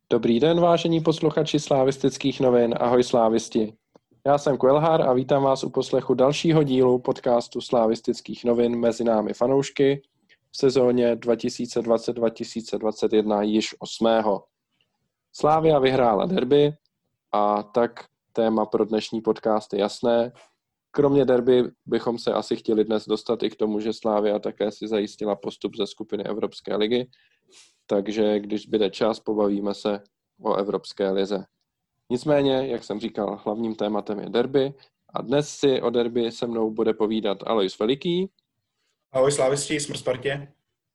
Dobrý den, vážení posluchači Slavistických novin, ahoj slávisti. Já jsem Kuelhár a vítám vás u poslechu dalšího dílu podcastu Slavistických novin Mezi námi fanoušky v sezóně 2020-2021 již 8. Slavia vyhrála derby a tak téma pro dnešní podcast je jasné. Kromě derby bychom se asi chtěli dnes dostat i k tomu, že Slavia také si zajistila postup ze skupiny Evropské ligy, takže když zbyde čas, pobavíme se o Evropské lize. Nicméně, jak jsem říkal, hlavním tématem je derby a dnes si o derby se mnou bude povídat Alois Veliký. Ahoj slávisti, jsme v Spartě.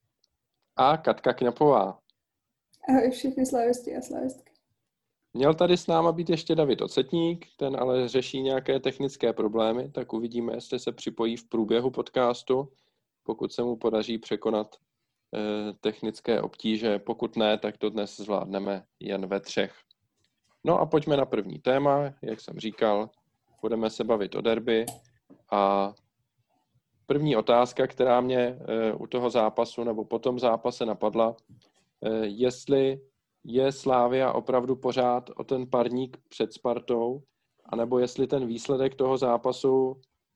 A Katka Kňapová. Ahoj všichni slavisti a slavistky. Měl tady s náma být ještě David Ocetník, ten ale řeší nějaké technické problémy, tak uvidíme, jestli se připojí v průběhu podcastu, pokud se mu podaří překonat technické obtíže. Pokud ne, tak to dnes zvládneme jen ve 3. No a pojďme na první téma. Jak jsem říkal, budeme se bavit o derby a první otázka, která mě u toho zápasu nebo po tom zápase napadla, jestli je Slavia opravdu pořád o ten parník před Spartou, anebo jestli ten výsledek toho zápasu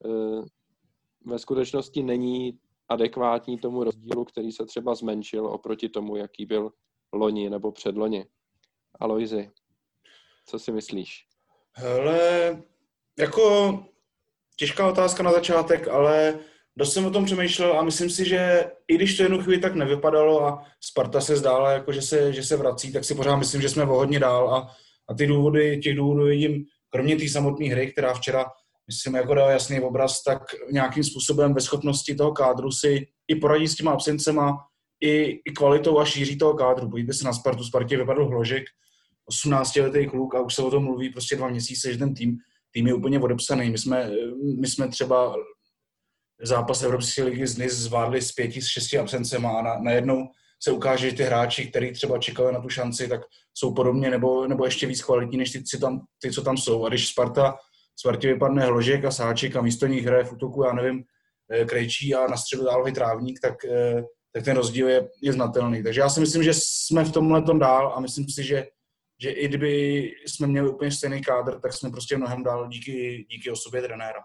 ve skutečnosti není adekvátní tomu rozdílu, který se třeba zmenšil oproti tomu, jaký byl loni nebo předloni. Aloisi, co si myslíš? Hele, jako těžká otázka na začátek, ale dost jsem o tom přemýšlel a myslím si, že i když to jednu chvíli tak nevypadalo a Sparta se zdála, jako že se vrací, tak si pořád myslím, že jsme o hodně dál a těch důvodů vidím, kromě té samotné hry, která včera, myslím, jako dala jasný obraz, tak nějakým způsobem ve schopnosti toho kádru si i poradí s těma absencema, i kvalitou a šíří toho kádru. Podívejte se na Spartu, Spartě vypadl Hložek, 18letý kluk a už se o tom mluví prostě 2 měsíce, že ten tým je úplně odepsaný. My jsme třeba zápas Evropské ligy z NIS zvládli s 5, z 6 absencema a najednou se ukáže, že ty hráči, kteří třeba čekali na tu šanci, tak jsou podobně nebo ještě víc kvalitní, než ty, co tam jsou. A když Spartě vypadne Hložek a Sáček a místo nich hraje v útoku, já nevím, Krejčí a na středu zálohy Trávník, tak ten rozdíl je znatelný. Takže já si myslím, že jsme v tomhletom dál a myslím si, že i kdyby jsme měli úplně stejný kádr, tak jsme prostě mnohem dál díky osobě trenéra.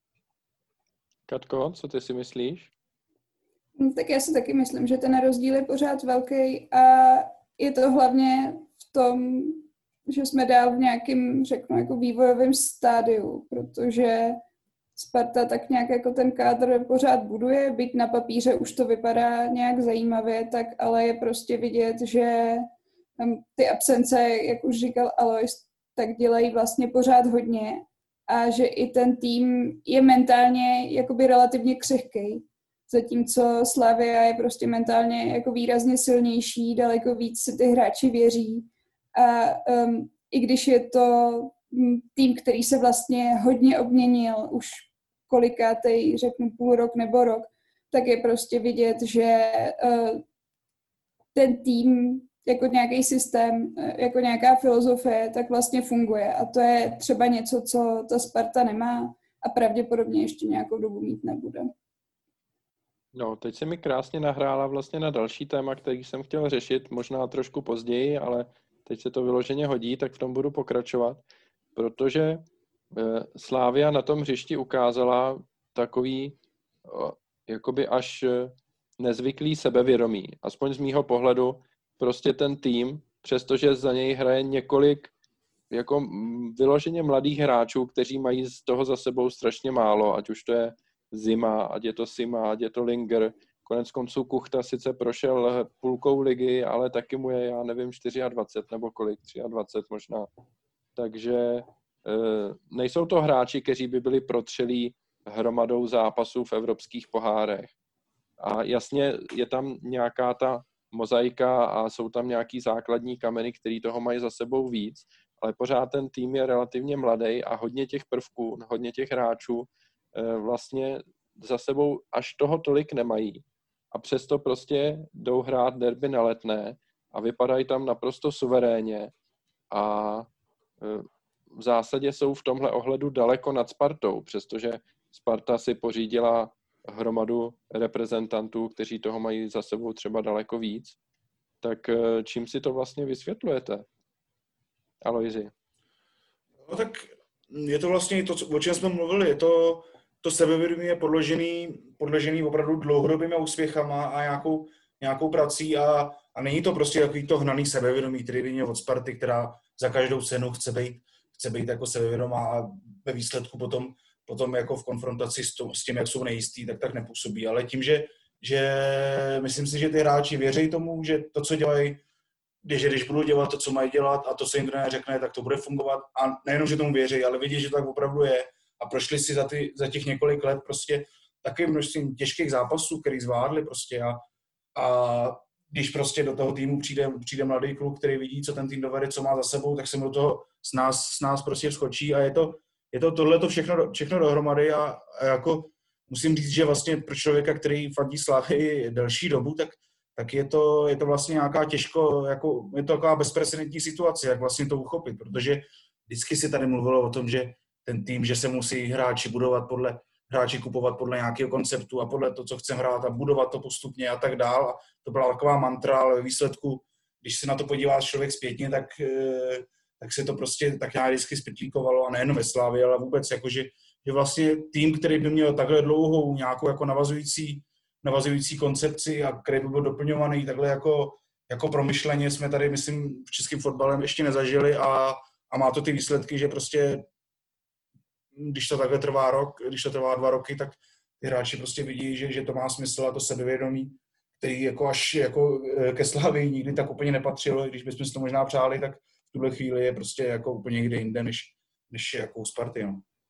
Katko, co ty si myslíš? Tak já si taky myslím, že ten rozdíl je pořád velký a je to hlavně v tom, že jsme dál v nějakém, řeknu, jako vývojovém stádiu, protože Sparta tak nějak jako ten kádr pořád buduje, byť na papíře už to vypadá nějak zajímavě, tak ale je prostě vidět, že ty absence, jak už říkal Alois, tak dělají vlastně pořád hodně a že i ten tým je mentálně jakoby relativně křehkej, zatímco Slavia je prostě mentálně jako výrazně silnější, daleko víc si ty hráči věří a i když je to tým, který se vlastně hodně obměnil už kolikátej, řeknu půl rok nebo rok, tak je prostě vidět, že ten tým jako nějaký systém, jako nějaká filozofie, tak vlastně funguje. A to je třeba něco, co ta Sparta nemá a pravděpodobně ještě nějakou dobu mít nebude. No, teď se mi krásně nahrála vlastně na další téma, který jsem chtěl řešit, možná trošku později, ale teď se to vyloženě hodí, tak v tom budu pokračovat, protože Slavia na tom hřišti ukázala takový jakoby až nezvyklý sebevědomí. Aspoň z mýho pohledu prostě ten tým, přestože za něj hraje několik jako vyloženě mladých hráčů, kteří mají z toho za sebou strašně málo, ať už to je Zima, ať je to Sima, ať je to Linger. Konec konců Kuchta sice prošel půlkou ligy, ale taky mu je, já nevím, 24 nebo kolik, 23 možná. Takže nejsou to hráči, kteří by byli protřelí hromadou zápasů v evropských pohárech. A jasně je tam nějaká ta mozaika a jsou tam nějaký základní kameny, který toho mají za sebou víc, ale pořád ten tým je relativně mladý a hodně těch prvků, hodně těch hráčů vlastně za sebou až toho tolik nemají. A přesto prostě jdou hrát derby na Letné a vypadají tam naprosto suverénně a v zásadě jsou v tomhle ohledu daleko nad Spartou, přestože Sparta si pořídila hromadu reprezentantů, kteří toho mají za sebou třeba daleko víc. Tak čím si to vlastně vysvětlujete? Alojzi. No tak je to vlastně to, o čem jsme mluvili, je to sebevědomí je podložený opravdu dlouhodobými úspěchama a nějakou prací a není to prostě takový to hnaný sebevědomí, který by měl od Sparty, která za každou cenu chce být jako sebevědomá a ve výsledku potom jako v konfrontaci s tím, jak jsou nejistý, tak nepůsobí. Ale tím, že myslím si, že ty hráči věří tomu, že to, co dělají, když budou dělat to, co mají dělat a to, co jim trenér řekne, tak to bude fungovat. A nejenom, že tomu věří, ale vidí, že to tak opravdu je. A prošli si za těch několik let prostě takovým množstvím těžkých zápasů, který zvládli prostě a když prostě do toho týmu přijde mladý kluk, který vidí, co ten tým dovede, co má za sebou, tak se mu do toho s nás prostě vskočí a je to tohleto všechno dohromady a jako musím říct, že vlastně pro člověka, který fandí Slavii delší dobu, tak je to vlastně nějaká je to taková bezprecedentní situace, jak vlastně to uchopit, protože vždycky si tady mluvilo o tom, že ten tým, že se musí hráči kupovat podle nějakého konceptu a podle toho, co chceme hrát a budovat to postupně a tak dál. A to byla taková mantra, ale ve výsledku, když se na to podívá člověk zpětně, tak se to prostě tak nějak vždycky zpětlíkovalo a nejenom ve Slavii, ale vůbec jakože, že vlastně tým, který by měl takhle dlouhou nějakou jako navazující koncepci a který by byl doplňovaný takhle jako promyšleně jsme tady, myslím, v českém fotbalem ještě nezažili a má to ty výsledky, že prostě když to takhle trvá rok, když to trvá 2 roky, tak ty hráči prostě vidí, že to má smysl a to sebevědomí, který jako až jako ke Slavii nikdy tak úplně nepatřilo, když bychom si to možná přáli, tak v tuhle chvíli je prostě jako úplně někde jinde, než jako u Sparty.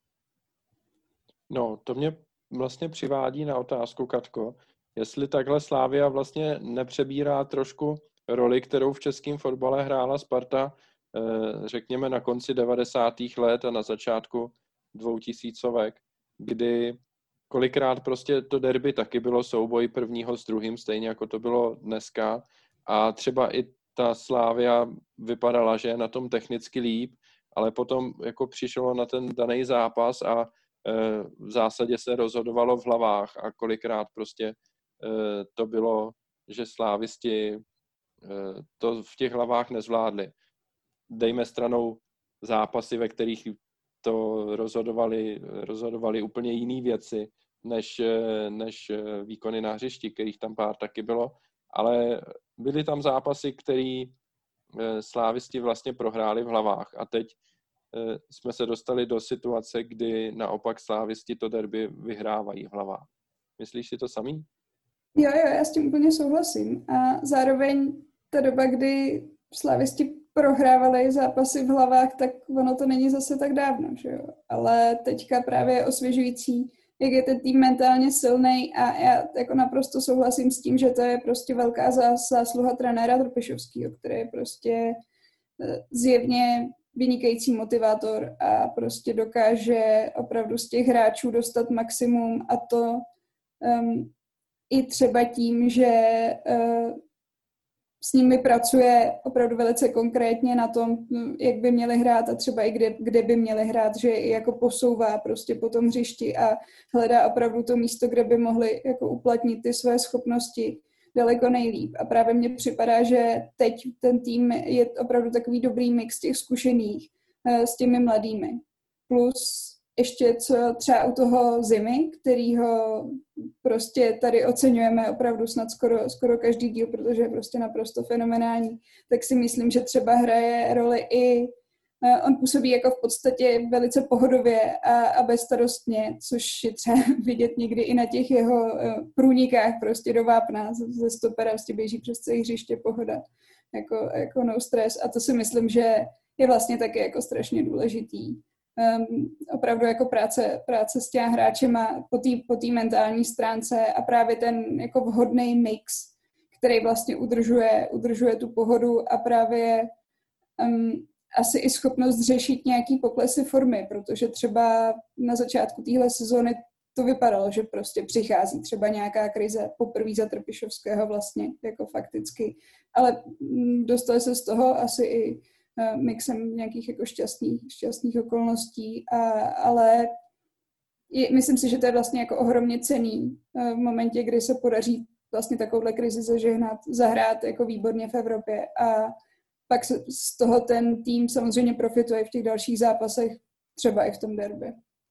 No, to mě vlastně přivádí na otázku, Katko, jestli takhle Slavia vlastně nepřebírá trošku roli, kterou v českém fotbale hrála Sparta, řekněme na konci 90. let a na začátku 2000, kdy kolikrát prostě to derby taky bylo souboj prvního s druhým, stejně jako to bylo dneska. A třeba i ta Slavia vypadala, že je na tom technicky líp, ale potom jako přišlo na ten daný zápas a v zásadě se rozhodovalo v hlavách a kolikrát prostě to bylo, že slávisti to v těch hlavách nezvládli. Dejme stranou zápasy, ve kterých to rozhodovali úplně jiné věci, než výkony na hřišti, kterých tam pár taky bylo, ale byly tam zápasy, které slávisti vlastně prohráli v hlavách a teď jsme se dostali do situace, kdy naopak slávisti to derby vyhrávají v hlavách. Myslíš si to samý? Jo, já s tím úplně souhlasím. A zároveň ta doba, kdy slávisti prohrávali zápasy v hlavách, tak ono to není zase tak dávno, že jo. Ale teďka právě je osvěžující, jak je ten tým mentálně silný a já jako naprosto souhlasím s tím, že to je prostě velká zásluha trenéra Trpišovského, který je prostě zjevně vynikající motivátor a prostě dokáže opravdu z těch hráčů dostat maximum a to i třeba tím, že s nimi pracuje opravdu velice konkrétně na tom, jak by měli hrát a třeba i kde by měli hrát, že i jako posouvá prostě po tom hřišti a hledá opravdu to místo, kde by mohli jako uplatnit ty své schopnosti daleko nejlíp. A právě mně připadá, že teď ten tým je opravdu takový dobrý mix těch zkušených s těmi mladými. Plus ještě co třeba u toho Zimy, kterýho prostě tady oceňujeme opravdu snad skoro každý díl, protože je prostě naprosto fenomenální, tak si myslím, že třeba hraje roli i on působí jako v podstatě velice pohodově a bezstarostně, což je třeba vidět někdy i na těch jeho průnikách prostě do vápna ze stopera, prostě běží přes celé hřiště pohoda, jako no stres a to si myslím, že je vlastně taky jako strašně důležitý. Opravdu jako práce s těmi hráčema po té mentální stránce a právě ten jako vhodný mix, který vlastně udržuje tu pohodu a právě asi i schopnost řešit nějaký poklesy formy, protože třeba na začátku téhle sezóny to vypadalo, že prostě přichází třeba nějaká krize poprvé za Trpišovského vlastně, jako fakticky, ale dostali se z toho asi i mixem nějakých jako šťastných okolností, ale myslím si, že to je vlastně jako ohromně cenný v momentě, kdy se podaří vlastně takovouhle krizi zahrát jako výborně v Evropě a pak z toho ten tým samozřejmě profituje v těch dalších zápasech, třeba i v tom derby.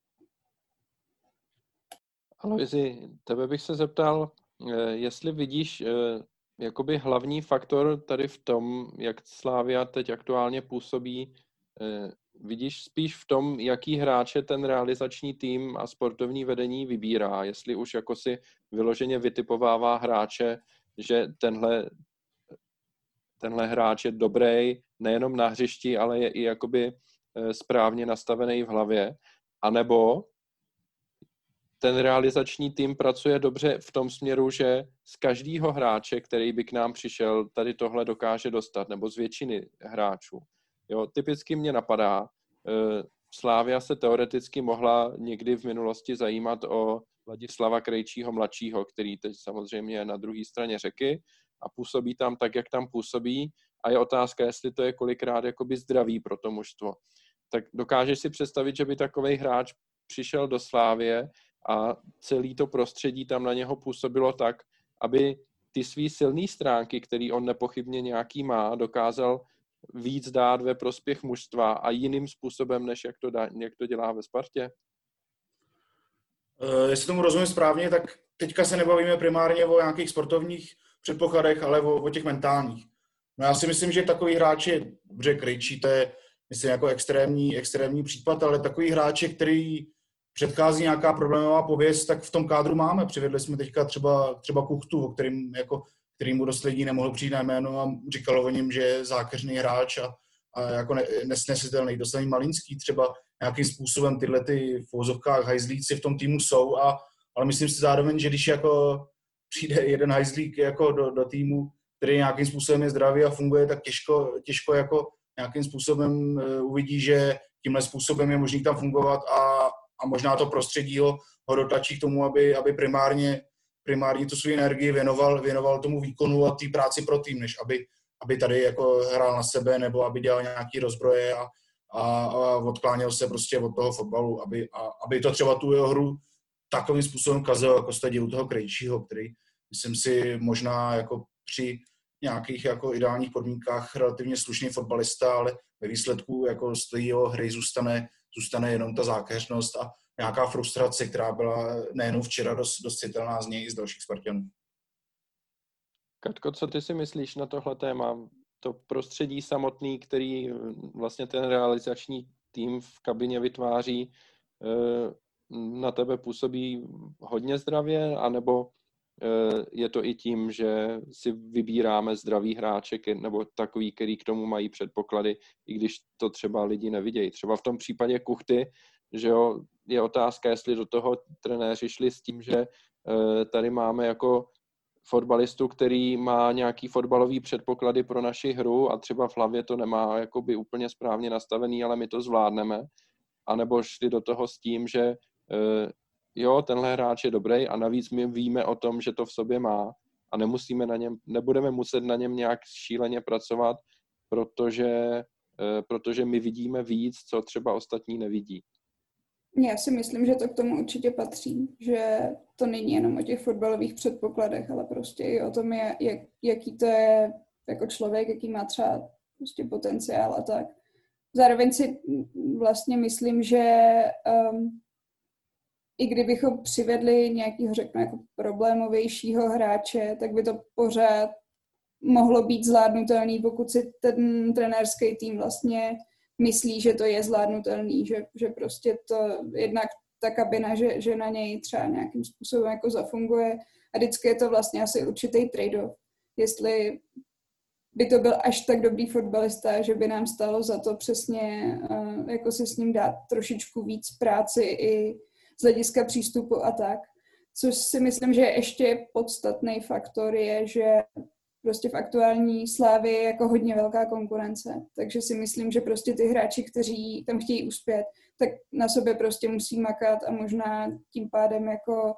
Aloisi, tebe bych se zeptal, jestli vidíš jakoby hlavní faktor tady v tom, jak Slavia teď aktuálně působí, vidíš spíš v tom, jaký hráče ten realizační tým a sportovní vedení vybírá, jestli už jako si vyloženě vytipovává hráče, že tenhle hráč je dobrý nejenom na hřišti, ale je i jakoby správně nastavený v hlavě, anebo ten realizační tým pracuje dobře v tom směru, že z každého hráče, který by k nám přišel, tady tohle dokáže dostat, nebo z většiny hráčů. Jo, typicky mě napadá, Slavia se teoreticky mohla někdy v minulosti zajímat o Ladislava Krejčího mladšího, který teď samozřejmě je na druhé straně řeky a působí tam tak, jak tam působí a je otázka, jestli to je kolikrát jakoby zdravý pro to mužstvo. Tak dokážeš si představit, že by takovej hráč přišel do Slavie a celé to prostředí tam na něho působilo tak, aby ty svý silné stránky, který on nepochybně nějaký má, dokázal víc dát ve prospěch mužstva a jiným způsobem, než jak to dělá ve Spartě? Jestli tomu rozumím správně, tak teďka se nebavíme primárně o nějakých sportovních předpokladech, ale o těch mentálních. No já si myslím, že takový hráči, dobře, Krejčí, to je myslím jako extrémní případ, ale takový hráči, který předchází nějaká problémová pověst, tak v tom kádru máme. Přivedli jsme teďka třeba Kuchtu, o kterýmu dost lidí nemohlo přijít na jméno a říkalo o něm, že je zákeřný hráč a jako nesnesitelný. Dostaný Malinský třeba nějakým způsobem tyhle ty v uvozovkách hajzlíci v tom týmu jsou, ale myslím si zároveň, že když jako přijde jeden hajzlík jako do týmu, který nějakým způsobem je zdravý a funguje, tak těžko jako nějakým způsobem uvidí, že tímhle způsobem je možný tam fungovat a možná to prostředí ho dotlačí k tomu, aby primárně tu svou energii věnoval tomu výkonu a té práci pro tým, než aby tady jako hrál na sebe nebo aby dělal nějaký rozbroje a odkláněl se prostě od toho fotbalu, aby to třeba tu jeho hru takovým způsobem kazil, jako jste u toho Krejčího, který myslím si možná jako při nějakých jako ideálních podmínkách relativně slušný fotbalista, ale ve výsledku jako z jeho hry zůstane jenom ta zákeřnost a nějaká frustrace, která byla nejenom včera dost citelná z něj i z dalších Spartanů. Katko, co ty si myslíš na tohle téma? To prostředí samotný, který vlastně ten realizační tým v kabině vytváří, na tebe působí hodně zdravě, anebo je to i tím, že si vybíráme zdravý hráče, nebo takový, který k tomu mají předpoklady, i když to třeba lidi nevidějí. Třeba v tom případě Kuchty, že jo, je otázka, jestli do toho trenéři šli s tím, že tady máme jako fotbalistu, který má nějaký fotbalový předpoklady pro naši hru a třeba v hlavě to nemá jakoby úplně správně nastavený, ale my to zvládneme. A nebo šli do toho s tím, že jo, tenhle hráč je dobrý a navíc my víme o tom, že to v sobě má a nebudeme muset na něm nějak šíleně pracovat, protože my vidíme víc, co třeba ostatní nevidí. Já si myslím, že to k tomu určitě patří, že to není jenom o těch fotbalových předpokladech, ale prostě i o tom, jaký to je jako člověk, jaký má třeba prostě potenciál a tak. Zároveň si vlastně myslím, že i kdybychom přivedli nějakého, řeknu, jako problémovějšího hráče, tak by to pořád mohlo být zvládnutelný, pokud si ten trenérský tým vlastně myslí, že to je zvládnutelný, že prostě to jednak ta kabina, že na něj třeba nějakým způsobem jako zafunguje a vždycky je to vlastně asi určitý trade-off. Jestli by to byl až tak dobrý fotbalista, že by nám stalo za to přesně jako si s ním dát trošičku víc práci i z hlediska přístupu a tak. Což si myslím, že ještě podstatný faktor je, že prostě v aktuální Slávii je jako hodně velká konkurence. Takže si myslím, že prostě ty hráči, kteří tam chtějí uspět, tak na sobě prostě musí makat a možná tím pádem jako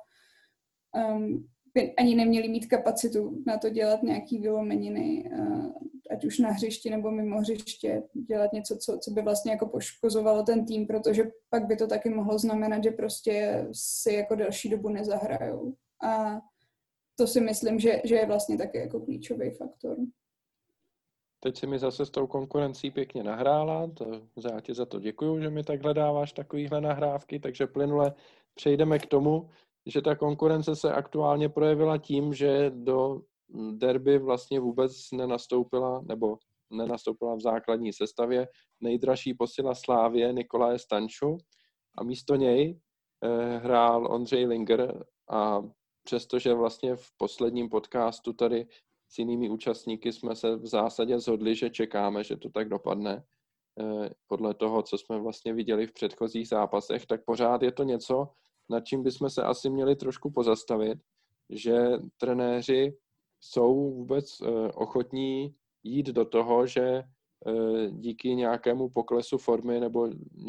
by ani neměli mít kapacitu na to dělat nějaký vylomeniny, ať už na hřišti nebo mimo hřiště, dělat něco, co by vlastně jako poškozovalo ten tým, protože pak by to taky mohlo znamenat, že prostě si jako delší dobu nezahrajou. A to si myslím, že je vlastně taky jako klíčový faktor. teď si mi zase s tou konkurencí pěkně nahrála, já ti za to děkuju, že mi takhle dáváš takovýhle nahrávky, takže plynule přejdeme k tomu, že ta konkurence se aktuálně projevila tím, že do derby vlastně vůbec nenastoupila v základní sestavě nejdražší posila Slávie Nikolaje Stanču a místo něj hrál Ondřej Linger a přestože vlastně v posledním podcastu tady s jinými účastníky jsme se v zásadě shodli, že čekáme, že to tak dopadne podle toho, co jsme vlastně viděli v předchozích zápasech, tak pořád je to něco, nad čím bychom se asi měli trošku pozastavit, že trenéři jsou vůbec ochotní jít do toho, že díky nějakému poklesu formy nebo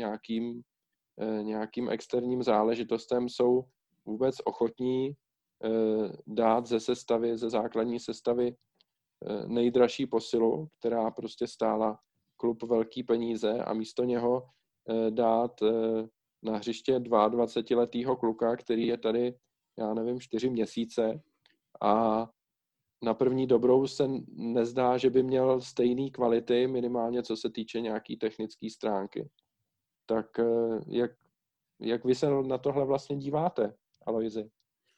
nějakým externím záležitostem jsou vůbec ochotní dát ze základní sestavy nejdražší posilu, která prostě stála klub velký peníze a místo něho dát na hřiště 22letého kluka, který je tady, 4 měsíce a na první dobrou se nezdá, že by měl stejné kvality, minimálně co se týče nějaký technické stránky. Tak jak vy se na tohle vlastně díváte, Alojzi?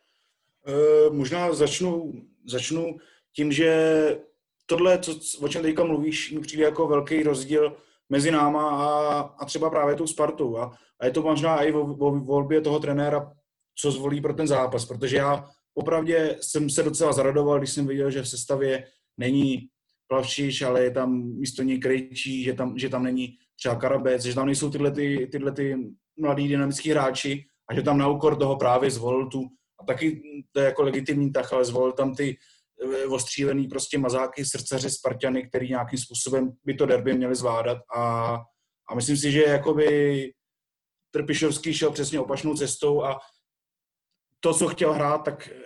Možná začnu tím, že tohle, o čem teďka mluvíš, mi přijde jako velký rozdíl mezi náma a třeba právě tou Spartou. A je to možná i o volbě toho trenéra, co zvolí pro ten zápas, protože já opravdu jsem se docela zaradoval, když jsem viděl, že v sestavě není Plavšič, ale je tam místo něj Krejčí, že tam není třeba Karabec, že tam nejsou tyhle mladý dynamický hráči a že tam na úkor toho právě zvolil a taky to je jako legitimní tah, ale zvolil tam ty ostřílený prostě mazáky, srdcaři, Spartany, který nějakým způsobem by to derby měli zvládat a myslím si, že jakoby Trpišovský šel přesně opačnou cestou a to, co chtěl hrát,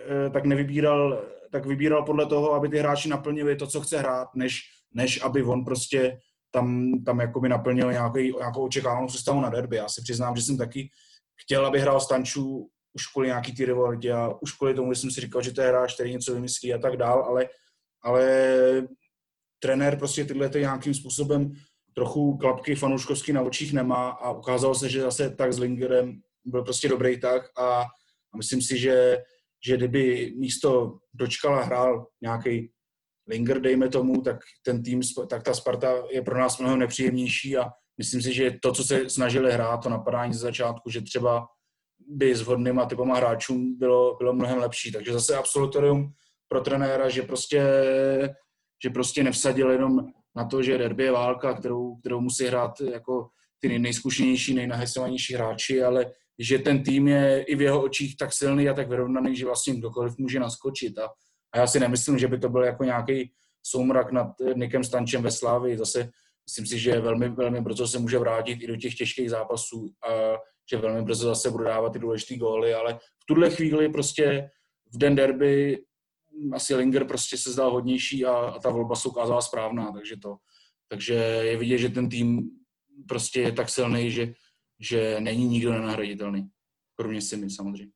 tak vybíral podle toho, aby ty hráči naplnili to, co chce hrát, než aby on prostě tam jakoby naplnil nějakou očekávanou sestavu na derby. Já si přiznám, že jsem taky chtěl, aby hrál Stanču už kvůli nějaký ty rivalitě a už kvůli tomu, že jsem si říkal, že to je hráč, který něco vymyslí a tak dál, ale trenér prostě tyhle nějakým způsobem trochu klapky fanouškovský na očích nemá a ukázalo se, že zase tak s Lingerem byl prostě dobrý tak a myslím si, že kdyby místo Dočkala hrál nějaký Linger, dejme tomu, tak ten tým, tak ta Sparta je pro nás mnohem nepříjemnější a myslím si, že to, co se snažili hrát, to napadání ze začátku, že třeba by s vhodnýma typama hráčům bylo mnohem lepší. Takže zase absolutorium pro trenéra, že prostě nevsadil jenom na to, že derby je válka, kterou musí hrát jako ty nejzkušenější, nejnahesovanější hráči, ale že ten tým je i v jeho očích tak silný a tak vyrovnaný, že vlastně kdokoliv může naskočit. A já si nemyslím, že by to byl jako nějaký soumrak nad Nikem Stančem ve Slávii. Zase myslím si, že velmi, velmi brzo se může vrátit i do těch těžkých zápasů a že velmi brzo zase bude dávat ty důležitý góly, ale v tuhle chvíli prostě v den derby asi Linger prostě se zdal hodnější a ta volba se ukázala správná, takže je vidět, že ten tým prostě je tak silný, že není nikdo nenahraditelný. Kromě Simy samozřejmě.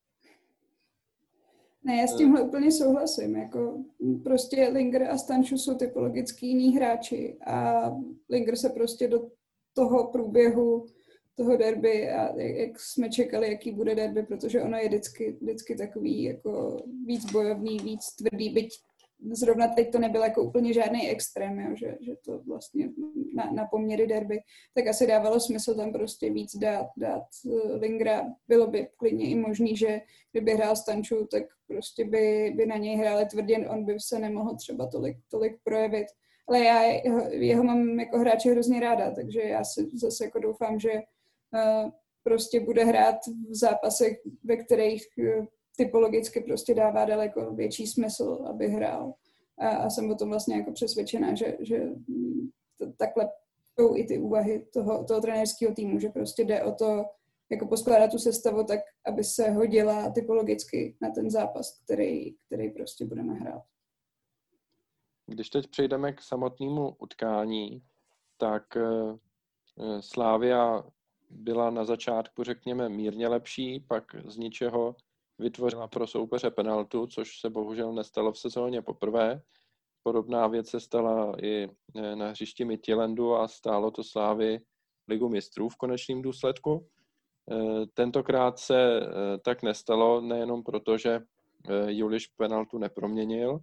Ne, já s tímhle úplně souhlasím. Jako prostě Linger a Stanču jsou typologicky jiní hráči a Linger se prostě do toho průběhu toho derby a jak jsme čekali, jaký bude derby, protože ono je vždycky takový jako víc bojovný, víc tvrdý, byť zrovna teď to nebyl jako úplně žádný extrém, jo, že to vlastně na poměry derby, tak asi dávalo smysl tam prostě víc dát Lingera. Bylo by klidně i možný, že kdyby hrál Stanču, tak prostě by na něj hráli tvrdě, on by se nemohl třeba tolik projevit. Ale já jeho mám jako hráče hrozně ráda, takže já si zase jako doufám, že prostě bude hrát v zápasech, ve kterých typologicky prostě dává daleko větší smysl, aby hrál. A jsem o tom vlastně jako přesvědčená, že takhle jsou i ty úvahy toho trenérského týmu, že prostě jde o to, jako poskládat tu sestavu tak, aby se hodila typologicky na ten zápas, který prostě budeme hrát. Když teď přejdeme k samotnému utkání, tak Slavia byla na začátku, řekněme, mírně lepší, pak z ničeho vytvořila pro soupeře penaltu, což se bohužel nestalo v sezóně poprvé. podobná věc se stala i na hřišti Midtjyllandu a stálo to Slávy Ligu mistrů v konečném důsledku. Tentokrát se tak nestalo, nejenom proto, že Juliš penaltu neproměnil,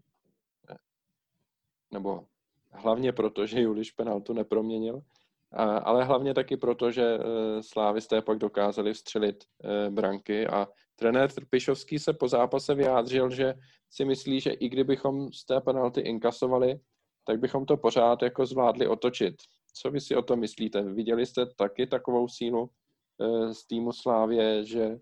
nebo hlavně proto, že Juliš penaltu neproměnil, ale hlavně taky proto, že slávisté pak dokázali vstřelit branky a trenér Trpišovský se po zápase vyjádřil, že si myslí, že i kdybychom z té penalty inkasovali, tak bychom to pořád jako zvládli otočit. Co vy si o tom myslíte? Viděli jste taky takovou sílu z týmu Slávie, že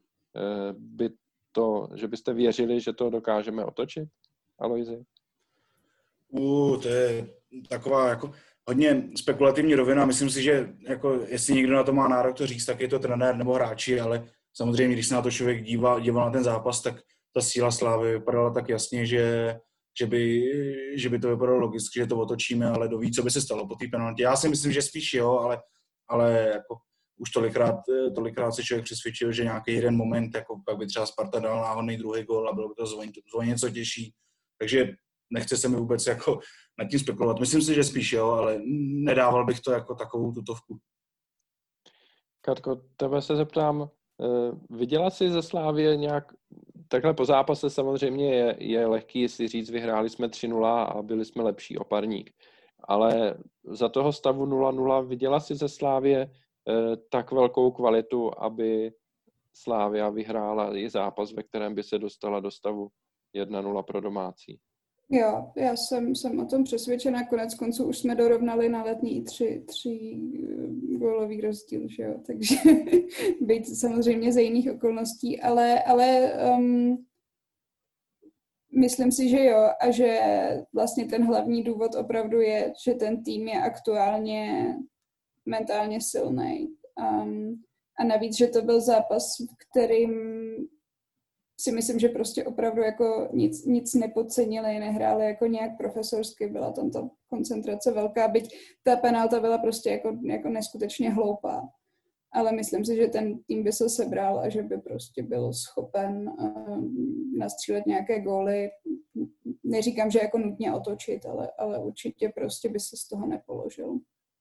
byste věřili, že to dokážeme otočit? Alojzi? To je taková jako hodně spekulativní rovina. Myslím si, že jako, jestli někdo na to má nárok to říct, tak je to trenér nebo hráči, ale samozřejmě, když se na to člověk díval na ten zápas, tak ta síla Slávy vypadala tak jasně, že by to vypadalo logicky, že to otočíme, ale kdo ví, co by se stalo po té penaltě. Já si myslím, že spíš jo, ale jako už tolikrát se člověk přesvědčil, že nějaký jeden moment, jako pak by třeba Sparta dal náhodný druhý gól a bylo by to zvoně něco těžší. Takže nechce se mi vůbec jako nad tím spekulovat. Myslím si, že spíš jo, ale nedával bych to jako takovou tutovku. Katko, tebe se zeptám, viděla jsi ze Slávie nějak, takhle po zápase samozřejmě je lehký si říct, vyhráli jsme 3-0 a byli jsme lepší oparník, ale za toho stavu 0-0 viděla jsi ze Slávie tak velkou kvalitu, aby Slavia vyhrála i zápas, ve kterém by se dostala do stavu 1-0 pro domácí? Jo, já jsem o tom přesvědčená. Konec konců už jsme dorovnali na Letní tři gólový rozdíl, že jo, takže být samozřejmě za jiných okolností, ale myslím si, že jo a že vlastně ten hlavní důvod opravdu je, že ten tým je aktuálně mentálně silný. A navíc, že to byl zápas, v kterým si myslím, že prostě opravdu jako nic nepodcenili, nehráli jako nějak profesorsky, byla tam ta koncentrace velká, byť ta penalta byla prostě jako neskutečně hloupá. Ale myslím si, že ten tým by se sebral a že by prostě byl schopen nastřílet nějaké góly. Neříkám, že jako nutně otočit, ale určitě prostě by se z toho nepoložil.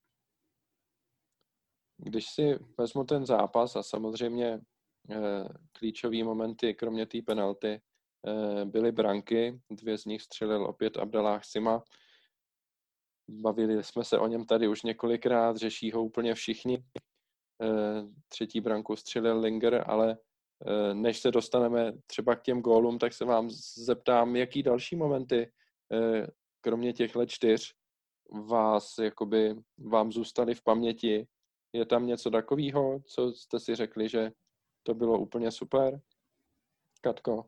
Když si vezmu ten zápas a samozřejmě klíčové momenty, kromě té penalty, byly branky, 2 z nich střelil opět Abdallah Sima. Bavili jsme se o něm tady už několikrát, řeší ho úplně všichni. 3. branku střelil Linger, ale než se dostaneme třeba k těm gólům, tak se vám zeptám, jaký další momenty, kromě těchto 4, vám zůstaly v paměti. Je tam něco takového, co jste si řekli, že to bylo úplně super? Katko?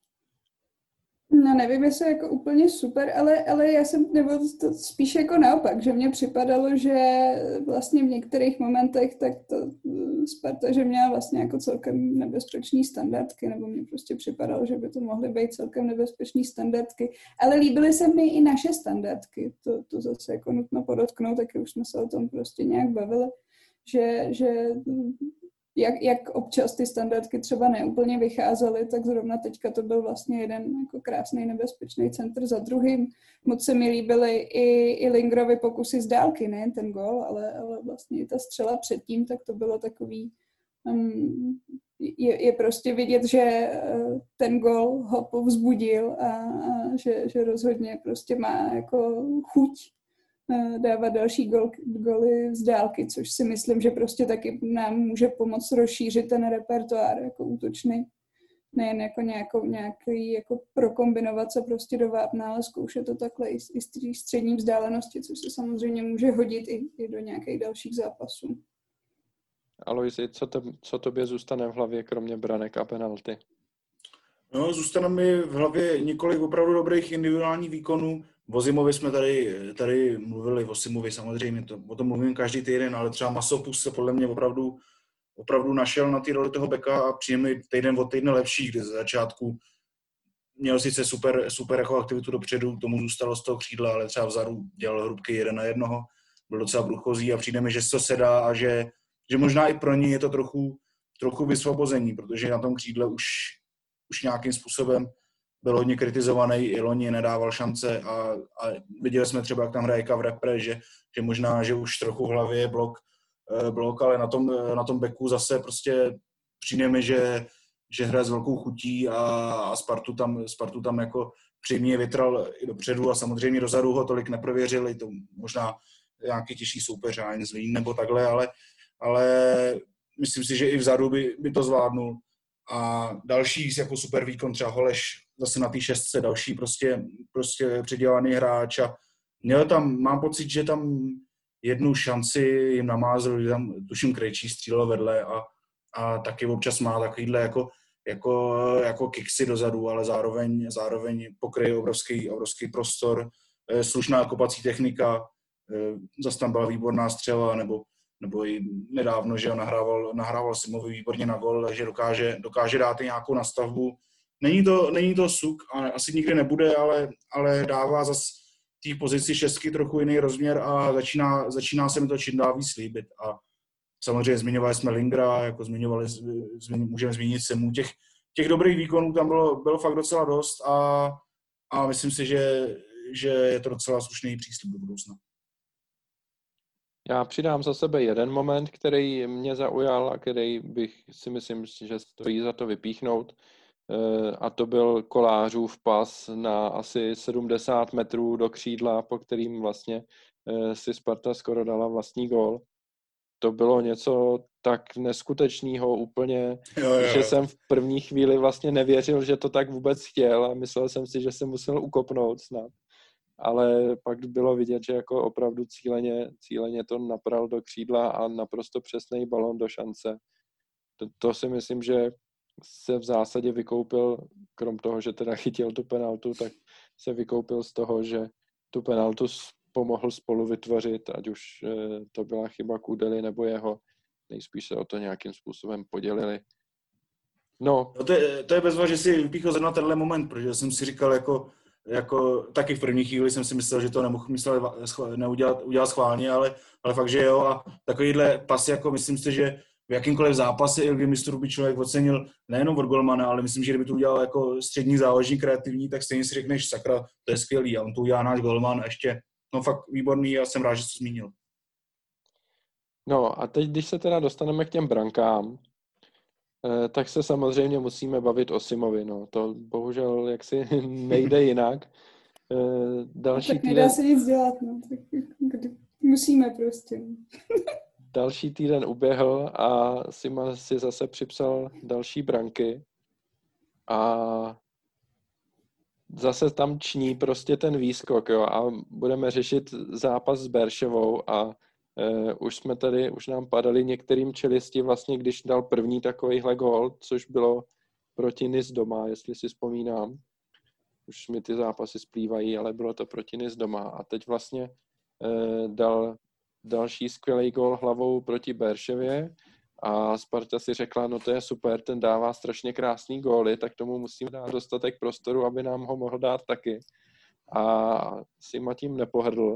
No nevím, jestli jako úplně super, ale já jsem, nebo to spíš jako naopak, že mně připadalo, že vlastně v některých momentech tak to Sparta, že měla vlastně jako celkem nebezpečný standardky, nebo mně prostě připadalo, že by to mohly být celkem nebezpečný standardky, ale líbily se mi i naše standardky, to zase jako nutno podotknout, taky už jsme se o tom prostě nějak bavili, že jak občas ty standardky třeba neúplně vycházely, tak zrovna teďka to byl vlastně jeden jako krásný nebezpečný centr za druhým. Moc se mi líbily i Lingerovy pokusy z dálky, nejen ten gól, ale vlastně i ta střela předtím, tak to bylo takový, je prostě vidět, že ten gól ho povzbudil a že rozhodně prostě má jako chuť dávat další góly z dálky, což si myslím, že prostě taky nám může pomoct rozšířit ten repertoár jako útočný. Nejen jako nějaký jako prokombinovat se prostě do vápna, ale zkoušet to takhle i z střední vzdálenosti, což se samozřejmě může hodit i do nějakých dalších zápasů. Alojzi, co tobě zůstane v hlavě, kromě branek a penalty? No, zůstane mi v hlavě několik opravdu dobrých individuálních výkonů. O Zimovi jsme tady mluvili, o Simovi samozřejmě, o tom mluvím každý týden, ale třeba Masopus se podle mě opravdu našel na té roli toho beka a přijde mi týden od týdne lepší, kde ze začátku měl sice super jako aktivitu dopředu, tomu zůstalo z toho křídla, ale třeba vzadu dělal hrubky 1 na 1, byl docela průchozí a přijde mi, že to se dá a že možná i pro něj je to trochu vysvobození, protože na tom křídle už nějakým způsobem byl hodně kritizovaný, i loni nedával šance a viděli jsme třeba, jak tam hraje v repre, že možná, že už trochu v hlavě je blok, ale na tom backu zase prostě přijde mi, že hraje s velkou chutí a Spartu tam jako přímě vytral i dopředu a samozřejmě dozadu ho tolik neprověřili, to možná nějaký těžší soupeř, Zlín nebo takhle, ale myslím si, že i vzadu by to zvládnul. A další jako super výkon, třeba Holeš zase na té šestce, další prostě předělaný hráč a mám pocit, že tam jednu šanci jim namázl, že tam tuším Krejčí střílel vedle a taky občas má takovýhle jako kiksy dozadu, ale zároveň pokryje obrovský prostor, slušná kopací technika, zase tam byla výborná střela, nebo i nedávno, že nahrával Simovi výborně na gol, takže dokáže dát i nějakou nastavbu. Není to suk, asi nikdy nebude, ale dává zase té pozici šestky trochu jiný rozměr a začíná se mi to čím dál víc líbit. A samozřejmě zmiňovali jsme Lingra, jako můžeme zmínit Simu. Těch dobrých výkonů tam bylo fakt docela dost a myslím si, že je to docela slušný příslib do budoucna. Já přidám za sebe jeden moment, který mě zaujal a který bych si myslím, že stojí za to vypíchnout. A to byl Kolářův pas na asi 70 metrů do křídla, po kterým vlastně si Sparta skoro dala vlastní gól. To bylo něco tak neskutečného úplně, že jsem v první chvíli vlastně nevěřil, že to tak vůbec chtěl a myslel jsem si, že se musel ukopnout snad. Ale pak bylo vidět, že jako opravdu cíleně to napral do křídla a naprosto přesný balón do šance. To si myslím, že se v zásadě vykoupil, krom toho, že teda chytil tu penaltu, tak se vykoupil z toho, že tu penaltu pomohl spolu vytvořit, ať už to byla chyba Kudely nebo jeho. Nejspíš se o to nějakým způsobem podělili. No to je bezva, že si vypíchl zrovna tenhle moment, protože jsem si říkal jako taky v první chvíli jsem si myslel, že to neudělat schválně, ale fakt, že jo. A takovýhle pas, jako myslím si, že v jakýmkoliv zápase, i mistrů by člověk ocenil nejenom od golmana, ale myslím, že kdyby to udělal jako střední záložník kreativní, tak stejně si řekneš, sakra, to je skvělý. A on to udělá náš golman a ještě, no fakt výborný a jsem rád, že jsi to zmínil. No a teď, když se teda dostaneme k těm brankám, tak se samozřejmě musíme bavit o Simovi, no. To bohužel jaksi nejde jinak. Tak nedá se nic dělat, no. Tak musíme prostě. Další týden uběhl a Sima si zase připsal další branky a zase tam ční prostě ten výskok, jo, a budeme řešit zápas s Berševou a už nám padaly některým čelisti vlastně, když dal první takovejhle gól, což bylo proti Nice doma, jestli si vzpomínám. Už mi ty zápasy splývají, ale bylo to proti Nice doma a teď vlastně dal další skvělý gól hlavou proti Berševě a Sparta si řekla, no to je super, ten dává strašně krásný góly, tak tomu musíme dát dostatek prostoru, aby nám ho mohl dát taky. A Sima tím nepohrdl.